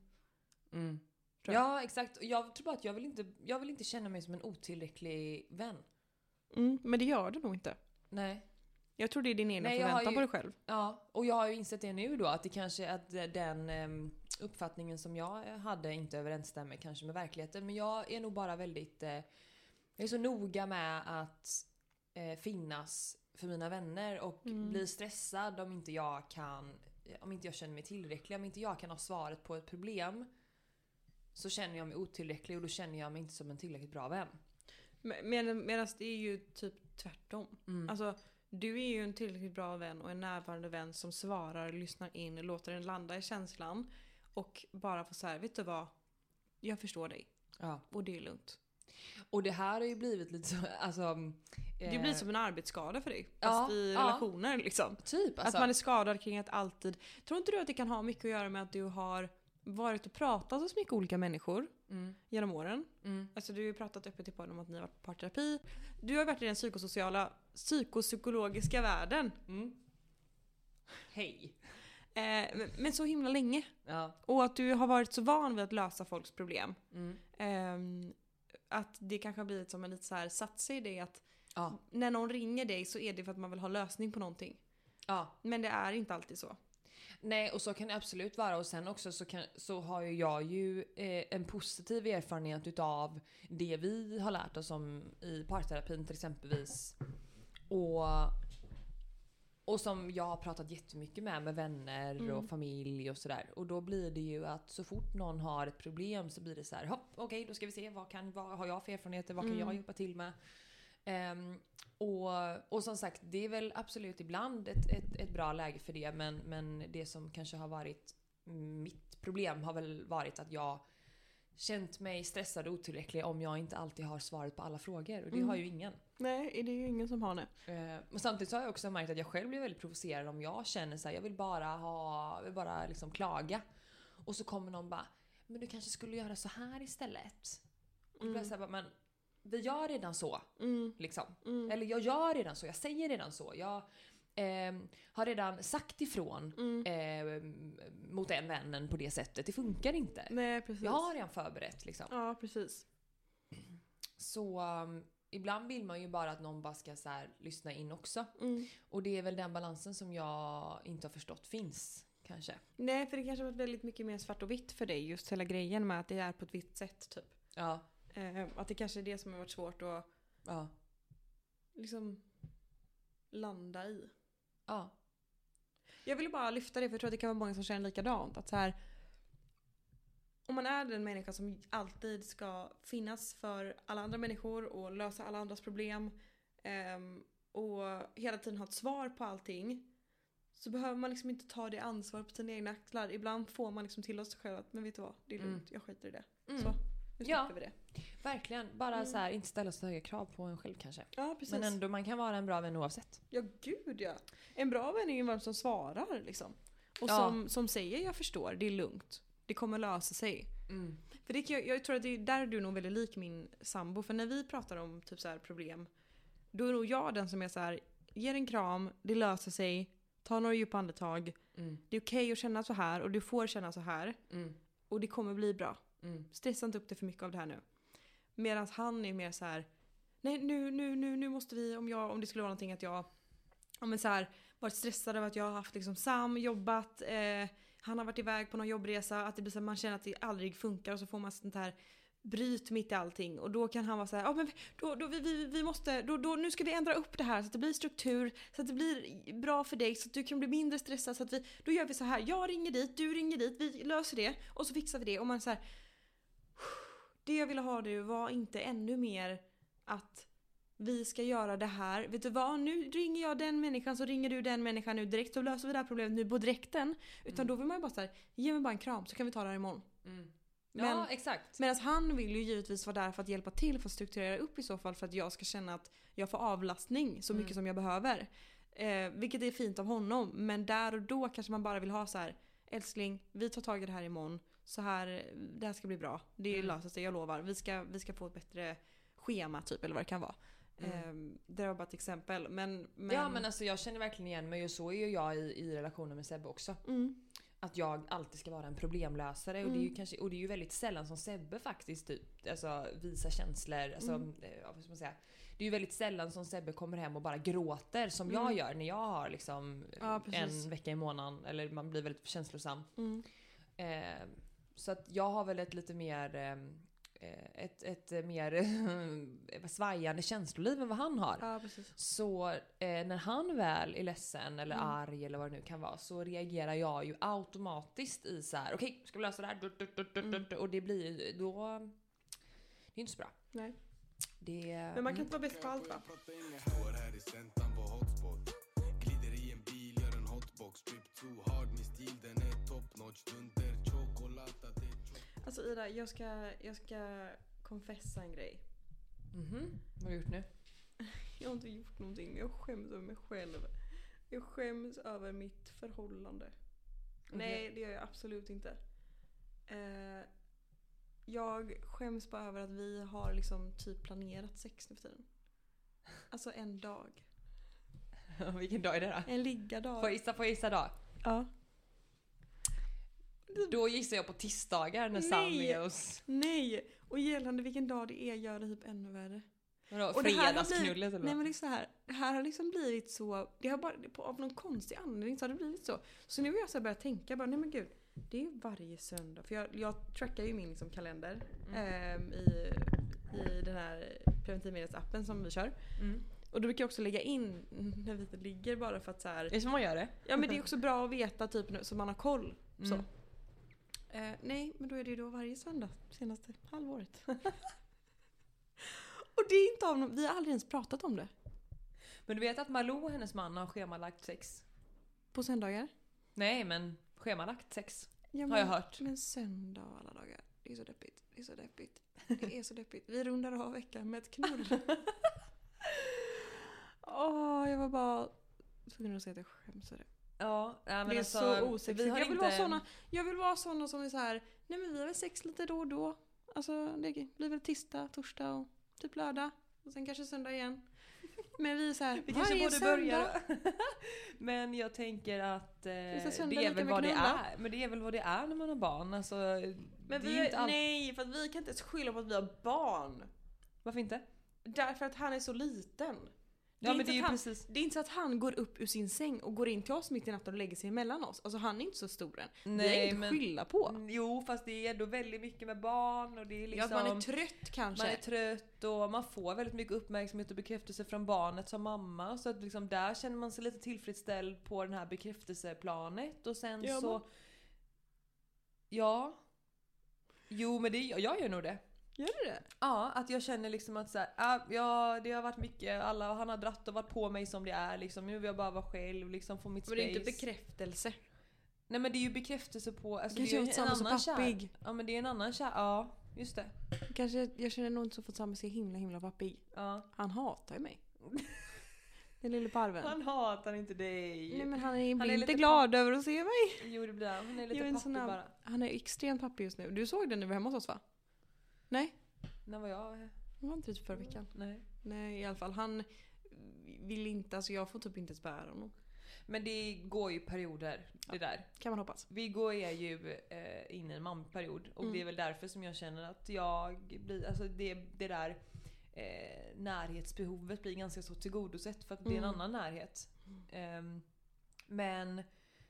Ja, exakt. Jag tror bara att jag vill inte känna mig som en otillräcklig vän. Men det gör du nog inte. Nej. Jag tror det är din egen förväntan på dig själv. Ja, och jag har ju insett det nu då, att det kanske att den uppfattningen som jag hade inte överensstämmer kanske med verkligheten. Men jag är nog bara väldigt, jag är så noga med att finnas för mina vänner och bli stressad om inte jag känner mig tillräcklig, om inte jag kan ha svaret på ett problem, så känner jag mig otillräcklig och då känner jag mig inte som en tillräckligt bra vän. Medan det är ju typ tvärtom. Alltså, du är ju en tillräckligt bra vän och en närvarande vän som svarar, lyssnar in, låter den landa i känslan och bara får så här, vet du vad? Jag förstår dig. Ja. Och det är lugnt. Och det här har ju blivit lite så, alltså... Det blir som en arbetsskada för dig. Fast i relationer liksom. Typ alltså. Att man är skadad kring att alltid... Tror inte du att det kan ha mycket att göra med att du har varit och pratat med så mycket olika människor genom åren? Alltså du har ju pratat öppet i podden om att ni har varit på parterapi. Du har varit i den psykopsykologiska världen. Hej. Men så himla länge. Ja. Och att du har varit så van vid att lösa folks problem. Att det kanske har blivit som en lite så här sats i det att när någon ringer dig så är det för att man vill ha lösning på någonting. Ja. Men det är inte alltid så. Nej, och så kan det absolut vara. Och sen också så har ju jag en positiv erfarenhet utav det vi har lärt oss om i parterapin till exempelvis. Och som jag har pratat jättemycket med vänner och familj och sådär. Och då blir det ju att så fort någon har ett problem så blir det så här: hopp, okej, då ska vi se vad har jag för erfarenheter, vad kan jag hjälpa till med. Och som sagt, det är väl absolut ibland ett bra läge för det, men det som kanske har varit mitt problem har väl varit att jag känt mig stressad och otillräcklig om jag inte alltid har svaret på alla frågor, och det har ju ingen. Nej, det är ju ingen som har det. Men samtidigt så har jag också märkt att jag själv blir väldigt provocerad om jag känner så här, jag vill bara liksom klaga, och så kommer någon bara, men du kanske skulle göra så här istället. Och då blir jag så här, men vi gör redan så liksom. Eller jag gör redan så, jag säger redan så. Jag har redan sagt ifrån mot den vännen på det sättet. Det funkar inte. Nej, precis. Jag har redan förberett liksom. Ja, precis. Så ibland vill man ju bara att någon bara ska så här, lyssna in också. Och det är väl den balansen som jag inte har förstått finns, kanske. Nej, för det kanske har varit väldigt mycket mer svart och vitt för dig, just hela grejen med att det är på ett vitt sätt typ. Ja. Att det kanske är det som har varit svårt att liksom landa i. Ja. Jag ville bara lyfta det, för jag tror att det kan vara många som känner likadant. Att så här, om man är den människa som alltid ska finnas för alla andra människor och lösa alla andras problem och hela tiden ha ett svar på allting, så behöver man liksom inte ta det ansvar på sina egna axlar. Ibland får man liksom till oss själv att, men vet du vad, det är lugnt, jag skiter i det. Så, nu släpper vi det. Verkligen. Bara så här, inte ställa så höga krav på en själv kanske. Ja, precis. Men ändå, man kan vara en bra vän oavsett. Ja, gud ja. En bra vän är ju vem som svarar liksom. Och som säger jag förstår, det är lugnt. Det kommer lösa sig. För det, jag tror att det är där du är nog väldigt lik min sambo. För när vi pratar om typ så här problem, då är nog jag den som är så här: ger en kram, det löser sig, ta några djupa andetag. Det är okej att känna så här och du får känna så här. Och det kommer bli bra. Stressa inte upp det för mycket av det här nu. Medan han är mer så här: nej, nu måste vi, om det skulle vara någonting att jag så här, varit stressad över att jag har haft liksom jobbat, han har varit iväg på någon jobbresa, att det blir så här, man känner att det aldrig funkar och så får man sånt här bryt mitt i allting och då kan han vara så här: men vi måste nu ska vi ändra upp det här så att det blir struktur, så att det blir bra för dig, så att du kan bli mindre stressad, så att då gör vi så här, jag ringer dit, du ringer dit, vi löser det och så fixar vi det. Och man så här, det jag ville ha det var inte ännu mer att vi ska göra det här. Vet du vad? Nu ringer jag den människan, så ringer du den människan nu direkt, så löser vi det här problemet nu på direkten. Utan då vill man ju bara så här: ge mig bara en kram så kan vi ta det här imorgon. Ja, exakt. Medan han vill ju givetvis vara där för att hjälpa till, för att strukturera upp i så fall, för att jag ska känna att jag får avlastning så mycket som jag behöver. Vilket är fint av honom. Men där och då kanske man bara vill ha så här: älskling, vi tar tag i det här imorgon. Så här, det här ska bli bra. Det löser sig, jag lovar. Vi ska få ett bättre schema typ, eller vad det kan vara. Det var bara ett exempel. Men... Ja, men alltså jag känner verkligen igen mig, och så är ju jag i relationen med Sebbe också. Att jag alltid ska vara en problemlösare. Och det är ju kanske, och det är ju väldigt sällan som Sebbe faktiskt typ, alltså, visar känslor. Alltså, vad ska man säga? Det är ju väldigt sällan som Sebbe kommer hem och bara gråter som jag gör när jag har liksom en vecka i månaden, eller man blir väldigt känslosam. Så att jag har väl ett lite mer ett mer svajande känsloliv än vad han har. Ja, precis. Så när han väl är ledsen eller arg eller vad det nu kan vara, så reagerar jag ju automatiskt i så här: okej, ska vi lösa det här? Och det blir då, det är inte så bra. Nej. Men man kan inte vara bäst på allt, va? Står här i Sentan på hotspot, glider i en bil, gör en hotbox, trip too hard, min stil den är top notch, dunder, chocolata. Alltså Ida, jag ska confessa en grej. Vad har du gjort nu? Jag har inte gjort någonting, men jag skäms över mig själv. Jag skäms över mitt förhållande. Nej, det gör jag absolut inte. Jag skäms bara över att vi har liksom typ planerat sex nu för tiden. Alltså en dag. Vilken dag är det då? En liggadag. Får jag gissa dag? Ja. Då gissar jag på tisdagar när Sam är oss. Nej, och gällande vilken dag det är gör det typ ännu värre. Vadå, fredagsknullet eller? Nej, men liksom det här har liksom blivit så, det har bara av någon konstig anledning så har det blivit så. Så nu har jag så börjat tänka bara, nej men gud, det är ju varje söndag. För jag trackar ju min liksom kalender i den här preventivmedelsappen som vi kör. Och då brukar jag också lägga in när vi ligger, bara för att så här. Det är som man gör det. Ja, men det är också bra att veta typ så man har koll. Så. Nej, men då är det ju då varje söndag senaste halvåret. Och det är inte av någon, vi har aldrig ens pratat om det. Men du vet att Malou och hennes man har schemalagt sex? På söndagar? Nej, men schemalagt sex. Ja, men, har jag hört. Men söndag och alla dagar. Det är så deppigt. Det är så deppigt. Det är så deppigt. Vi rundar av veckan med ett knull. Jag var bara tvungen att säga att jag skäms för det. Ja, men det är alltså, så osexigt. Jag vill vara såna som är så här: nej men vi har väl sex lite då och då. Alltså det blir väl tisdag, torsdag och typ lördag. Och sen kanske söndag igen. Men vi är så här, vi kanske borde börja. Men jag tänker att det är väl vad det är. Men det är väl vad det är när man har barn. Alltså, men nej, för att vi kan inte ens skylla på att vi har barn. Varför inte? Därför att han är så liten. Ja, men det är ju precis. Det är inte så att han går upp ur sin säng och går in till oss mitt i natten och lägger sig emellan oss. Alltså han är inte så stor än. Nej, det är inte skylla på. Jo, fast det är ändå väldigt mycket med barn och det är liksom, man är trött kanske. Man är trött och man får väldigt mycket uppmärksamhet och bekräftelse från barnet som mamma, så att liksom där känner man sig lite tillfredsställd på den här bekräftelseplanet och sen så jo, men jag gör nog det. Gör du det? Ja, att jag känner liksom att så här, det har varit mycket, han har dratt och varit på mig som det är liksom, nu vill jag bara vara själv liksom, få mitt space. Men det är inte bekräftelse. Nej, men det är ju bekräftelse på, alltså det är ju en annan kärlek. Ja, men det är en annan kärlek. Ja, just det. Kanske, jag känner nog inte så för att Sam är så himla pappig. Ja. Han hatar ju mig. Den lille parven. Han hatar inte dig. Nej, men han är inte lite glad över att se mig. Jo, det blir han. Han är lite Jag är en pappig sån här- bara. Han är extremt pappig just nu. Du såg den när vi var hemma hos oss, va? Nej, När var jag? det var inte typ förra veckan. Nej. Nej, i alla fall. Han vill inte, alltså jag får typ inte ens bära honom. Men det går ju perioder, det där. Kan man hoppas. Viggo är ju inne i en mamperiod. Och det är väl därför som jag känner att jag blir, alltså det där närhetsbehovet blir ganska så tillgodosett. För att det är en annan närhet. Men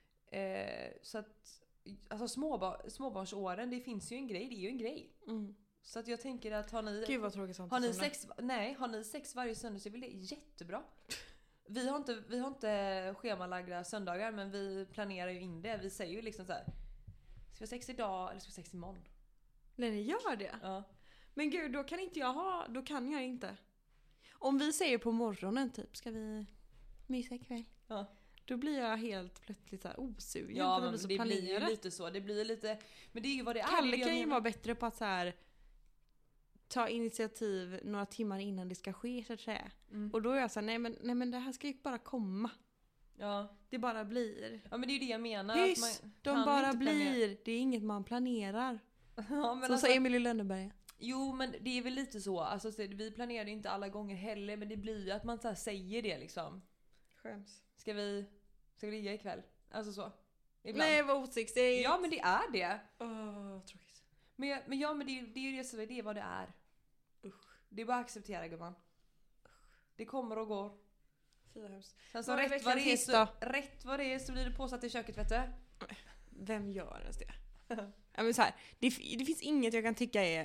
så att alltså småbarnsåren, det finns ju en grej, det är ju en grej. Så att jag tänker att har ni... Gud vad tråkigt sånt. har ni sex varje söndag så är väl det jättebra. Vi har inte schemalagda söndagar, men vi planerar ju in det. Vi säger ju liksom så här: ska vi ha sex idag eller ska vi ha sex imorgon? Nej, ni gör det? Ja. Men gud, då kan jag inte. Om vi säger på morgonen typ, ska vi mysa ikväll? Ja. Då blir jag helt plötsligt så här osugen. Ja, för men blir så det blir ju planerat. lite så. Det blir lite... Men det är ju vad det är. Kalle Det är kan det ju jag vara menar. bättre på att så här, ta initiativ några timmar innan det ska ske, så att säga. Och då är jag så här, nej men det här ska ju bara komma. Ja. Det bara blir. Ja, men det är ju det jag menar. Hyss, att man de kan bara inte blir. Det är inget man planerar. Ja, men Som alltså, sa Emil i Lönneberga. jo, men det är väl lite så. Alltså, vi planerar ju inte alla gånger heller, men det blir ju att man så här säger det liksom. Skäms. Ska vi ligga ikväll? Alltså så. Ibland. Nej, vad osiktigt. Ja, men det är det. Tråkigt. Men det är ju det som är det vad det är. Usch. Det är bara att acceptera, gumman. Och går och går. Fy vad hemskt. Sen så Vad är rätt vad, veckans det är hiss så, då? rätt vad det är så blir det påsatt i köket, vet du. Vem gör ens det? Ja, men så här, det finns inget jag kan tycka är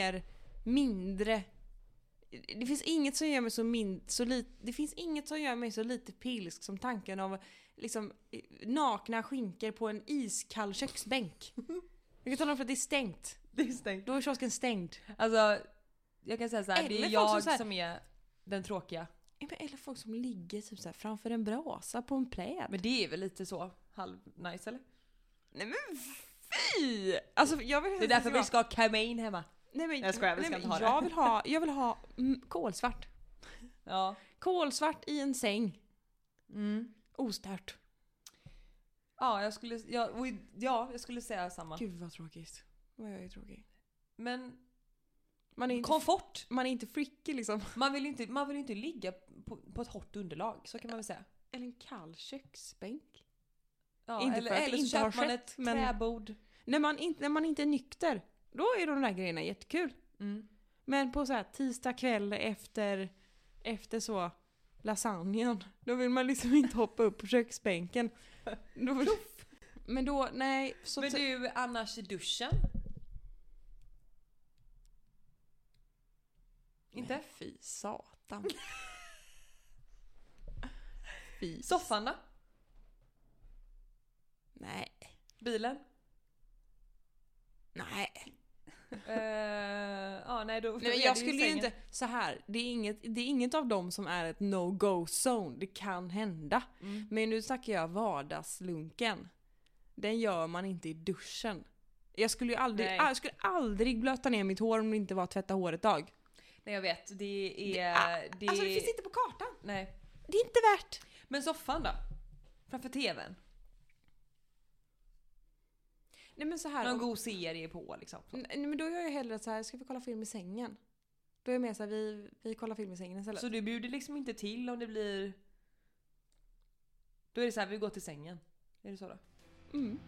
mindre. Det finns inget som gör mig det finns inget som gör mig så lite pilsk som tanken av liksom nakna skinker på en iskall köksbänk. Jag kan tala om för att det är stängt. Det är stängt. Då är kiosken stängd. Alltså, jag kan säga så här, det Eller är folk jag så här- som är den tråkiga. Eller folk som ligger typ så här framför en brasa på en pläd. Men det är väl lite så halv nice, eller? Nej men fy! Alltså jag vill Det är därför vi ska ha kamin hemma. Nej men Jag skojar, vi ska nej, inte men ha det. jag vill ha kolsvart. Ja. Kolsvart i en säng. Mm. Ostört. Ja, jag skulle säga samma. Gud vad tråkigt. Vad jag är tråkig. Men Man är inte, komfort. man är inte frickig liksom. Man vill ju inte ligga på ett hårt underlag, så kan man väl säga. Eller en kall köksbänk. Ja, Inte för att det eller så inte har köper man skett, ett men- träbord. När man inte är nykter, då är de där grejerna jättekul. Mm. Men på så här tisdag kväll efter så lasagnen, då vill man liksom inte hoppa upp på köksbänken. Men då, nej. Så Men du, annars i duschen? Inte? Nej, fy satan. Fy. Soffan då? Nej. Bilen? Nej. Ja, nej då. Nej, men jag skulle ju inte, så här, det är inget av dem som är ett no-go zone. Det kan hända. Men nu snackar jag vardagslunken. Den gör man inte i duschen. Jag skulle ju aldrig blöta ner mitt hår om det inte var tvätta håret dag. Nej, jag vet. Det är... Alltså det finns inte på kartan. Nej. Det är inte värt. Men soffan då? Framför tvn? Nej men så här. Någon god serie på liksom. Nej, men då gör jag hellre så här, ska vi kolla film i sängen? Då är jag med så här, vi kollar film i sängen istället. Så du bjuder liksom inte till om det blir... Då är det så här, vi går till sängen. Är det så då? Mm.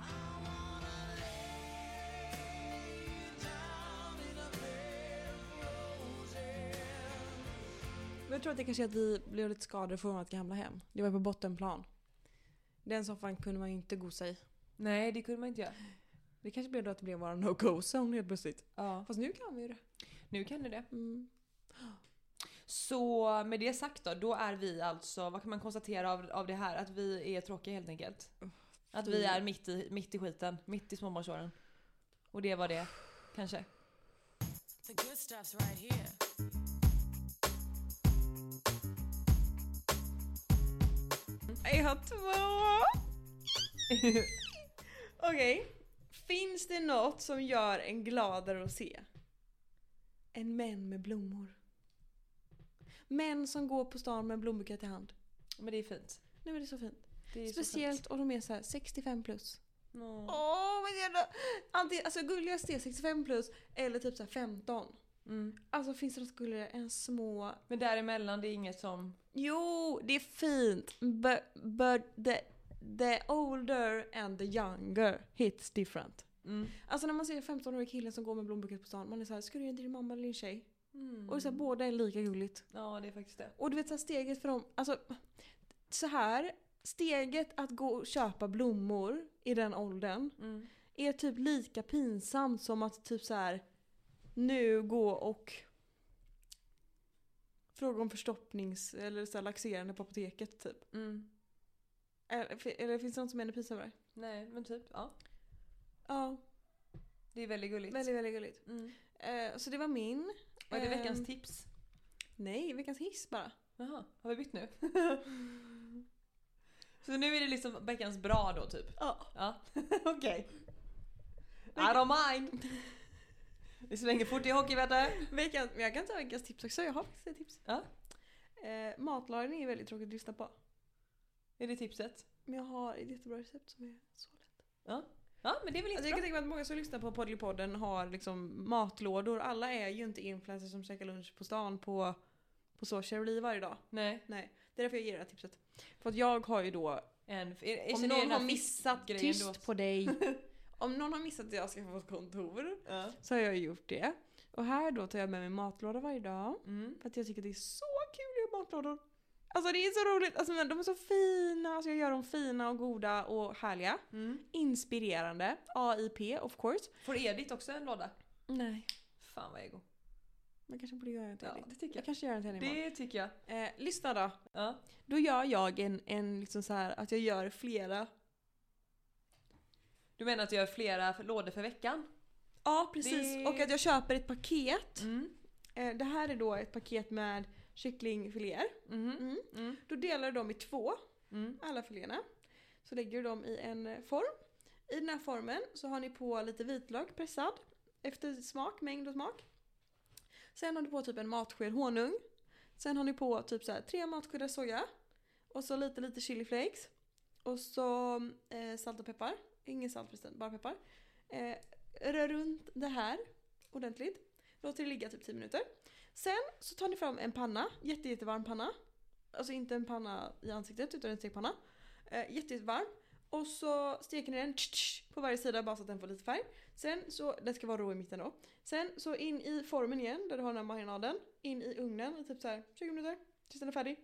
Men jag tror att det kanske är att vi blev lite skadade från vårt gamla hem. Det var på bottenplan. Den soffan kunde man ju inte gosa i. Nej, det kunde man inte göra. Det kanske blev då att det blev våra no-go-zone helt plötsligt. Ja. Fast nu kan vi ju det. Nu kan du det. Mm. Så med det sagt då är vi alltså, vad kan man konstatera av det här? Att vi är tråkiga helt enkelt. Att vi är mitt i skiten, mitt i småbarnsåren. Och det var det, kanske. The good stuff's right here. Jag har 2. Okej. Finns det något som gör en gladare att se? En män med blommor. Män som går på stan med en blombukett i hand. Men det är fint. Nej, men det är så fint. Det är Speciellt så fint. om de är så här 65 plus. No. Men jävla... Antingen, alltså gulligast är 65 plus eller typ så här 15. Alltså finns det något gulligare än små... Men däremellan, det är inget som... Jo, det är fint. But the older and the younger hits different. Alltså när man ser 15-årig killen som går med blombukett på stan, man är så här, ska du ge din mamma eller din tjej? Och så här, båda är lika gulligt. Ja, det är faktiskt det. Och du vet så här, steget för dem, alltså så här, steget att gå och köpa blommor i den åldern är typ lika pinsamt som att typ så här nu gå och fråga om förstoppnings eller så här, laxerande på apoteket typ. Eller finns det något som är pinsammare? Nej, men typ, ja. Ja. Det är väldigt gulligt. Väldigt, väldigt gulligt. Så det var min. Vad är det veckans tips? Nej, veckans hiss bara. Jaha, har vi bytt nu? Så nu är det liksom veckans bra då typ? Ja. Okej. I don't mind. Det svänger fort i hockey, vet du. Men jag kan ta veckans tips också. Jag har faktiskt ett tips. Ja. Matlagning är väldigt tråkigt att lyssna på. Är det tipset? Men jag har ett jättebra recept som är så lätt. Ja, men det är väl inte alltså, jag kan tänka mig att många som lyssnar på Poddlypodden har liksom matlådor. Alla är ju inte influencers som käkar lunch på stan på social varje dag. Nej. Det är därför jag ger det här tipset. För att jag har ju då... om någon har missat tyst på dig. Om någon har missat att jag ska få ett kontor så har jag gjort det. Och här då tar jag med mig matlåda varje dag. För att jag tycker det är så kul att göra matlådor. Alltså det är så roligt. Alltså, de är så fina. Alltså, jag gör dem fina och goda och härliga. Inspirerande. AIP of course. Får Edith också en låda? Nej. Fan vad ego. Man kanske borde göra en till. Ja, det tycker jag. Kanske gör en till imorgon. Det tycker jag. Lyssna då. Ja. Då gör jag en liksom så här att jag gör flera. Du menar att du gör flera lådor för veckan? Ja, precis. Och att jag köper ett paket. Det här är då ett paket med kycklingfiléer. Då delar du dem i 2. Alla filéerna. Så lägger du dem i en form. I den här formen så har ni på lite vitlök pressad. Efter smak, mängd och smak. Sen har ni på typ en matsked honung. Sen har ni på typ så här 3 matskedar soja. Och så lite chili flakes. Och så salt och peppar. Ingen salt förresten, bara peppar. Rör runt det här ordentligt. Låter det ligga typ 10 minuter. Sen så tar ni fram en panna. Jättevarm panna. Alltså inte en panna i ansiktet utan en stekpanna. Jättevarm. Och så steker ni den på varje sida bara så att den får lite färg. Sen så, den ska vara rå i mitten då. Sen så in i formen igen där du har den här marinaden. In i ugnen i typ så här 20 minuter. Tills den är färdig.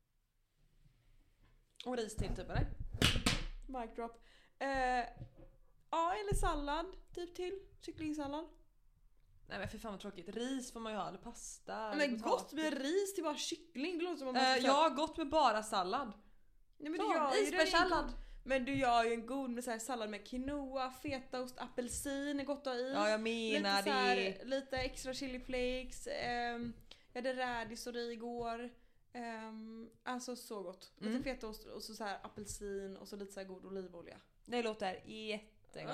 Och ris till typ eller? Mic drop. Ja, eller sallad typ till. Kycklingsallad. Nej men för fan vad tråkigt. Ris får man ju ha, eller pasta. Men gott med ris till bara kyckling. Det låter som man jag har gått med bara sallad. Nej, men så, du gör ju isbergssallad. Men du gör ju en god med så här sallad med quinoa, fetaost, apelsin är gott att ha i. Ja, jag menar lite, det. Så här, lite extra chili flakes. Jag hade rädisor i igår. Alltså så gott. Lite fetaost och så här apelsin och så lite så här god olivolja. Det låter jättegott.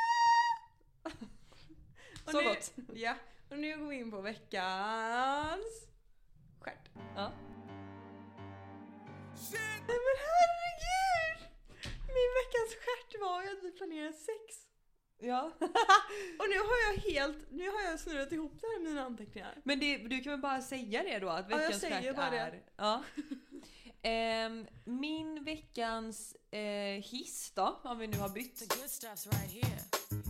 Så nu, gott. Ja, och nu går vi in på veckans stjärt. Ja. Nej men herregud! Min veckans stjärt var ju att vi planerade sex. Ja. Och nu har jag snurrat ihop det här i mina anteckningar. Men du kan väl bara säga det då att veckans stjärt är... Ja. Min veckans hiss då, om vi nu har bytt. The good stuff's right here.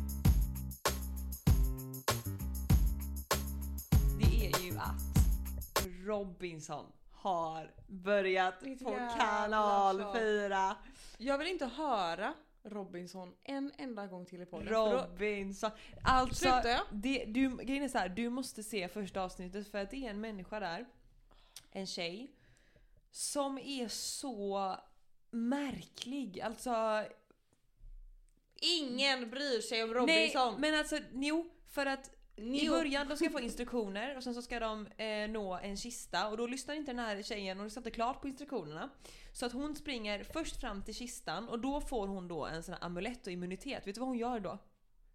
Det är ju att Robinson har börjat på kanal 4. Jag vill inte höra Robinson en enda gång till i podden. Robinson. Alltså, grejen är så här, du måste se första avsnittet för att det är en människa där. En tjej. Som är så märklig. Alltså... Ingen bryr sig om Robinson. Nej, men alltså, för att i början de ska få instruktioner och sen så ska de nå en kista och då lyssnar inte den här tjejen och lyssnar inte klart på instruktionerna. Så att hon springer först fram till kistan och då får hon då en sån här amulett och immunitet. Vet du vad hon gör då?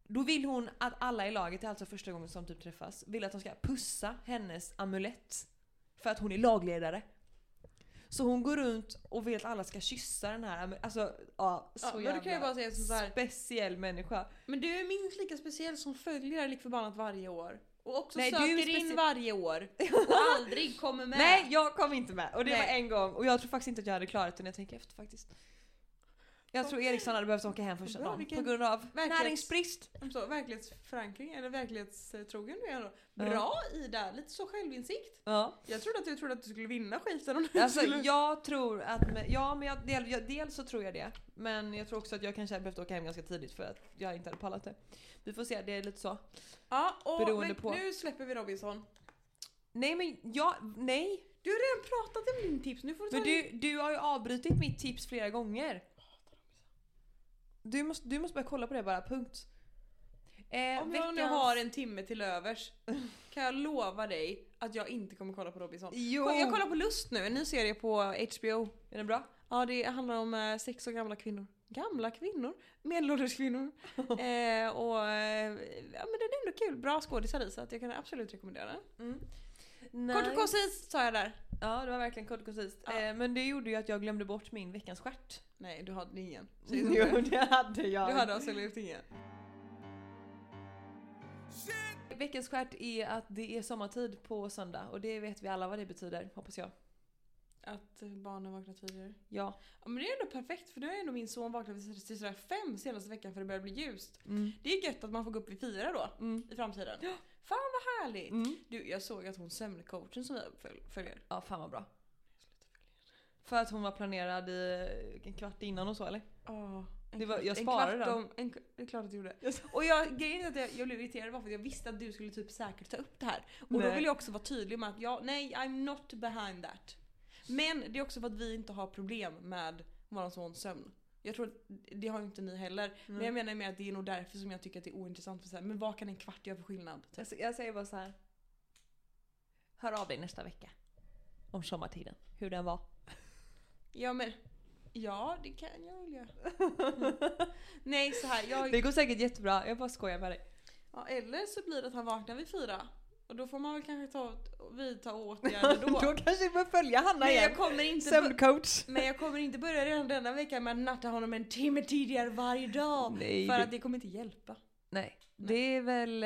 Då vill hon att alla i laget, det är alltså första gången som typ träffas, vill att de ska pussa hennes amulett. För att hon är lagledare. Så hon går runt och vill att alla ska kyssa den här. Alltså, ja, så men du kan ju bara säga så här, speciell människa. Men du är minst lika speciell som följer lik förbannat varje år. Och också Nej, söker in varje år. Och aldrig kommer med. Nej, jag kom inte med. Och det var en gång. Och jag tror faktiskt inte att jag hade klarat det när jag tänker efter faktiskt. Jag tror Eriksson hade behövt åka hem första dagen. På grund av näringsbrist. Så, verklighetsförankring eller verklighetstrogen du är ändå. Bra Ida, lite så självinsikt. Ja. Jag trodde att du skulle vinna skiten om Alltså jag tror att, dels så tror jag det. Men jag tror också att jag kanske hade behövt åka hem ganska tidigt för att jag inte hade pallat det. Vi får se, det är lite så. Ja, och beroende på. Nu släpper vi Robinson. Nej. Du har redan pratat om din tips, nu får du Men du har ju avbrutit mitt tips flera gånger. Du måste börja kolla på det bara, punkt. Om jag nu har en timme till övers kan jag lova dig att jag inte kommer kolla på Robinson. Jo. Jag kollar på Lust nu, en ny serie på HBO. Är det bra? Ja, det handlar om 6 år gamla kvinnor. Gamla kvinnor? Medelålders kvinnor. Ja, men den är ändå kul. Bra skådisar i, så att jag kan absolut rekommendera den. Nice. Kort och koncist sa jag där. Ja, det var verkligen kort och koncist. Men det gjorde ju att jag glömde bort min veckans stjärt. Nej, du hade ingen. Jo, det hade jag. Du hade absolut ingen. Veckans stjärt är att det är sommartid på söndag. Och det vet vi alla vad det betyder, hoppas jag. Att barnen vaknar tidigare. Ja. Men det är ändå perfekt, för nu har ändå min son vaknat till sådär 5 senaste veckan för det börjar bli ljust. Det är gött att man får gå upp vid 4 då, i framtiden. Ja. Fan vad härligt! Du, jag såg att hon sömncoachen som vi följer. Ja, fan vad bra. För att hon var planerad i en kvart innan och så, eller? Ja. Jag sparade den. Det är klart att du gjorde. Och grejen är att jag blev irriterad var för att jag visste att du skulle typ säkert ta upp det här. Och då vill jag också vara tydlig med att I'm not behind that. Men det är också för att vi inte har problem med våran sons sömn. Jag tror att det har ju inte ni heller. Men jag menar med att det är nog därför som jag tycker att det är ointressant för så här, men vad kan en kvart göra för skillnad? Jag säger bara så här. Hör av dig nästa vecka. Om sommartiden. Hur den var. Ja, det kan jag väl göra. Nej, så här. Det går säkert jättebra. Jag bara skojar med dig. Ja, eller så blir det att han vaknar vid 4. Och då får man väl kanske vidta åtgärder då. Då kanske vi får följa Hanna igen. Sömncoach. Men jag kommer inte börja redan denna vecka med att natta honom en timme tidigare varje dag. Nej, för att det kommer inte hjälpa. Nej. Det är väl...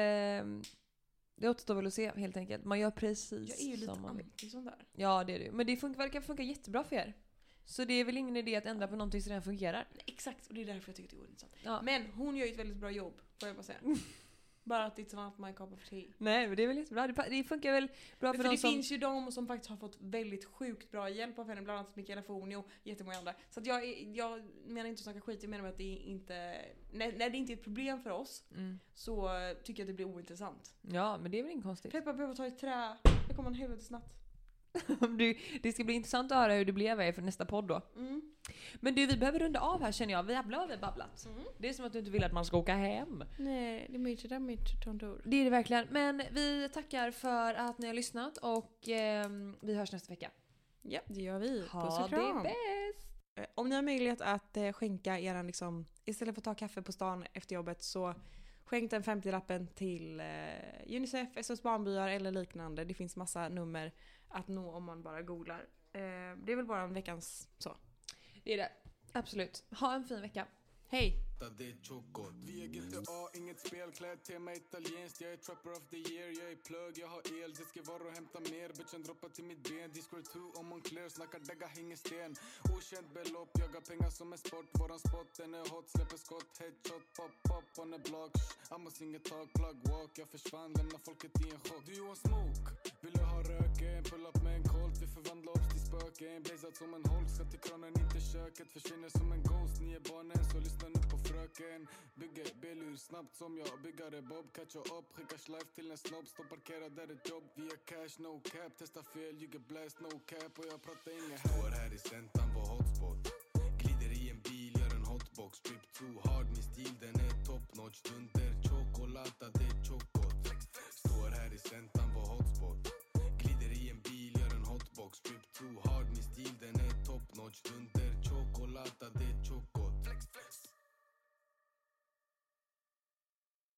Det återstår väl att se helt enkelt. Man gör precis jag är ju lite som man vill. anti sånt där. Ja, det är det. Men det verkar funka jättebra för er. Så det är väl ingen idé att ändra på någonting som redan fungerar. Exakt, och det är därför jag tycker det är ointressant. Ja. Men hon gör ju ett väldigt bra jobb, får jag bara säga. Bara att it's not my cup of tea. Nej, men det är väl jättebra. Det funkar väl bra för det de som... finns ju de som faktiskt har fått väldigt sjukt bra hjälp av henne, bland annat Mikaela Forni och jättemånga andra. Så att jag menar inte att snacka skit, jag menar att det inte... När det inte är ett problem för oss så tycker jag att det blir ointressant. Ja, men det är väl inte konstigt. Peppa behöver ta ett trä. Det kommer en helvetesnatt. Det ska bli intressant att höra hur det blev för nästa podd då. Men du, vi behöver runda av här känner jag. Vi har babblat. Det är som att du inte vill att man ska åka hem. Nej, det är mitt tontor. Det är det verkligen. Men vi tackar för att ni har lyssnat och vi hörs nästa vecka. Ja, det gör vi. Ha det bäst! Om ni har möjlighet att skänka er liksom, istället för att ta kaffe på stan efter jobbet, så skänk den 50-lappen till Unicef, SOS Barnbyar eller liknande. Det finns massa nummer att nå om man bara googlar. Det är väl bara en veckans så. Det är det. Absolut. Ha en fin vecka. Hej! Det är tjockot. Vi är GTA, inget spelklädd, tema italienskt. Jag är trapper of the year, jag är plug, jag har el. Jag ska vara och hämta mer, bitchen droppar till mitt ben. Discord 2 om Moncler, snackar dagga, hänger sten. Okänt belopp, jagar pengar som en sport. Våran spot, den är hot, släpper skott. Headshot, pop on the block. Amos inget tag, plug walk. Jag försvann, lämnar folket i en chock. Do you want smoke? Vill du ha röken? Pull up med en colt, vi förvandlar oss till spöken. Blazat som en Hulk, ska till kranen, inte köket. Försvinner som en ghost, ni är barnen, så lyssna nu på fröken. Bygger bilur snabbt som jag, byggare Bob. Catcha upp, skickar life till en snobb. Står parkerad där ett jobb, via cash, no cap. Testa fel, you get blast, no cap. Och jag pratar inget här. Står här i Säntan på hotspot. Glider i en bil, gör en hotbox. Strip too hard, min stil den är top notch. Dunder, chocolata, det är chocot. Står här i Säntan på hotspot. Glider i en bil, gör en hotbox. Strip too hard, min stil den är top notch. Dunder, chocolata, det är chocot.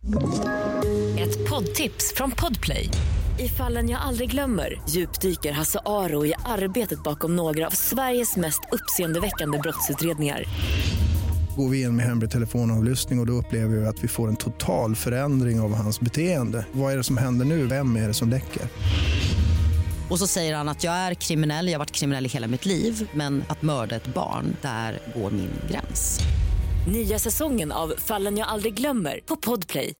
Ett poddtips från Podplay. I Fallen jag aldrig glömmer djupdyker Hasse Aro i arbetet bakom några av Sveriges mest uppseendeväckande brottsutredningar. Går vi in med hemlig telefonavlyssning och då upplever vi att vi får en total förändring av hans beteende. Vad är det som händer nu? Vem är det som läcker? Och så säger han att jag är kriminell, jag har varit kriminell i hela mitt liv. Men att mörda ett barn, där går min gräns. Nya säsongen av Fallen jag aldrig glömmer på Podplay.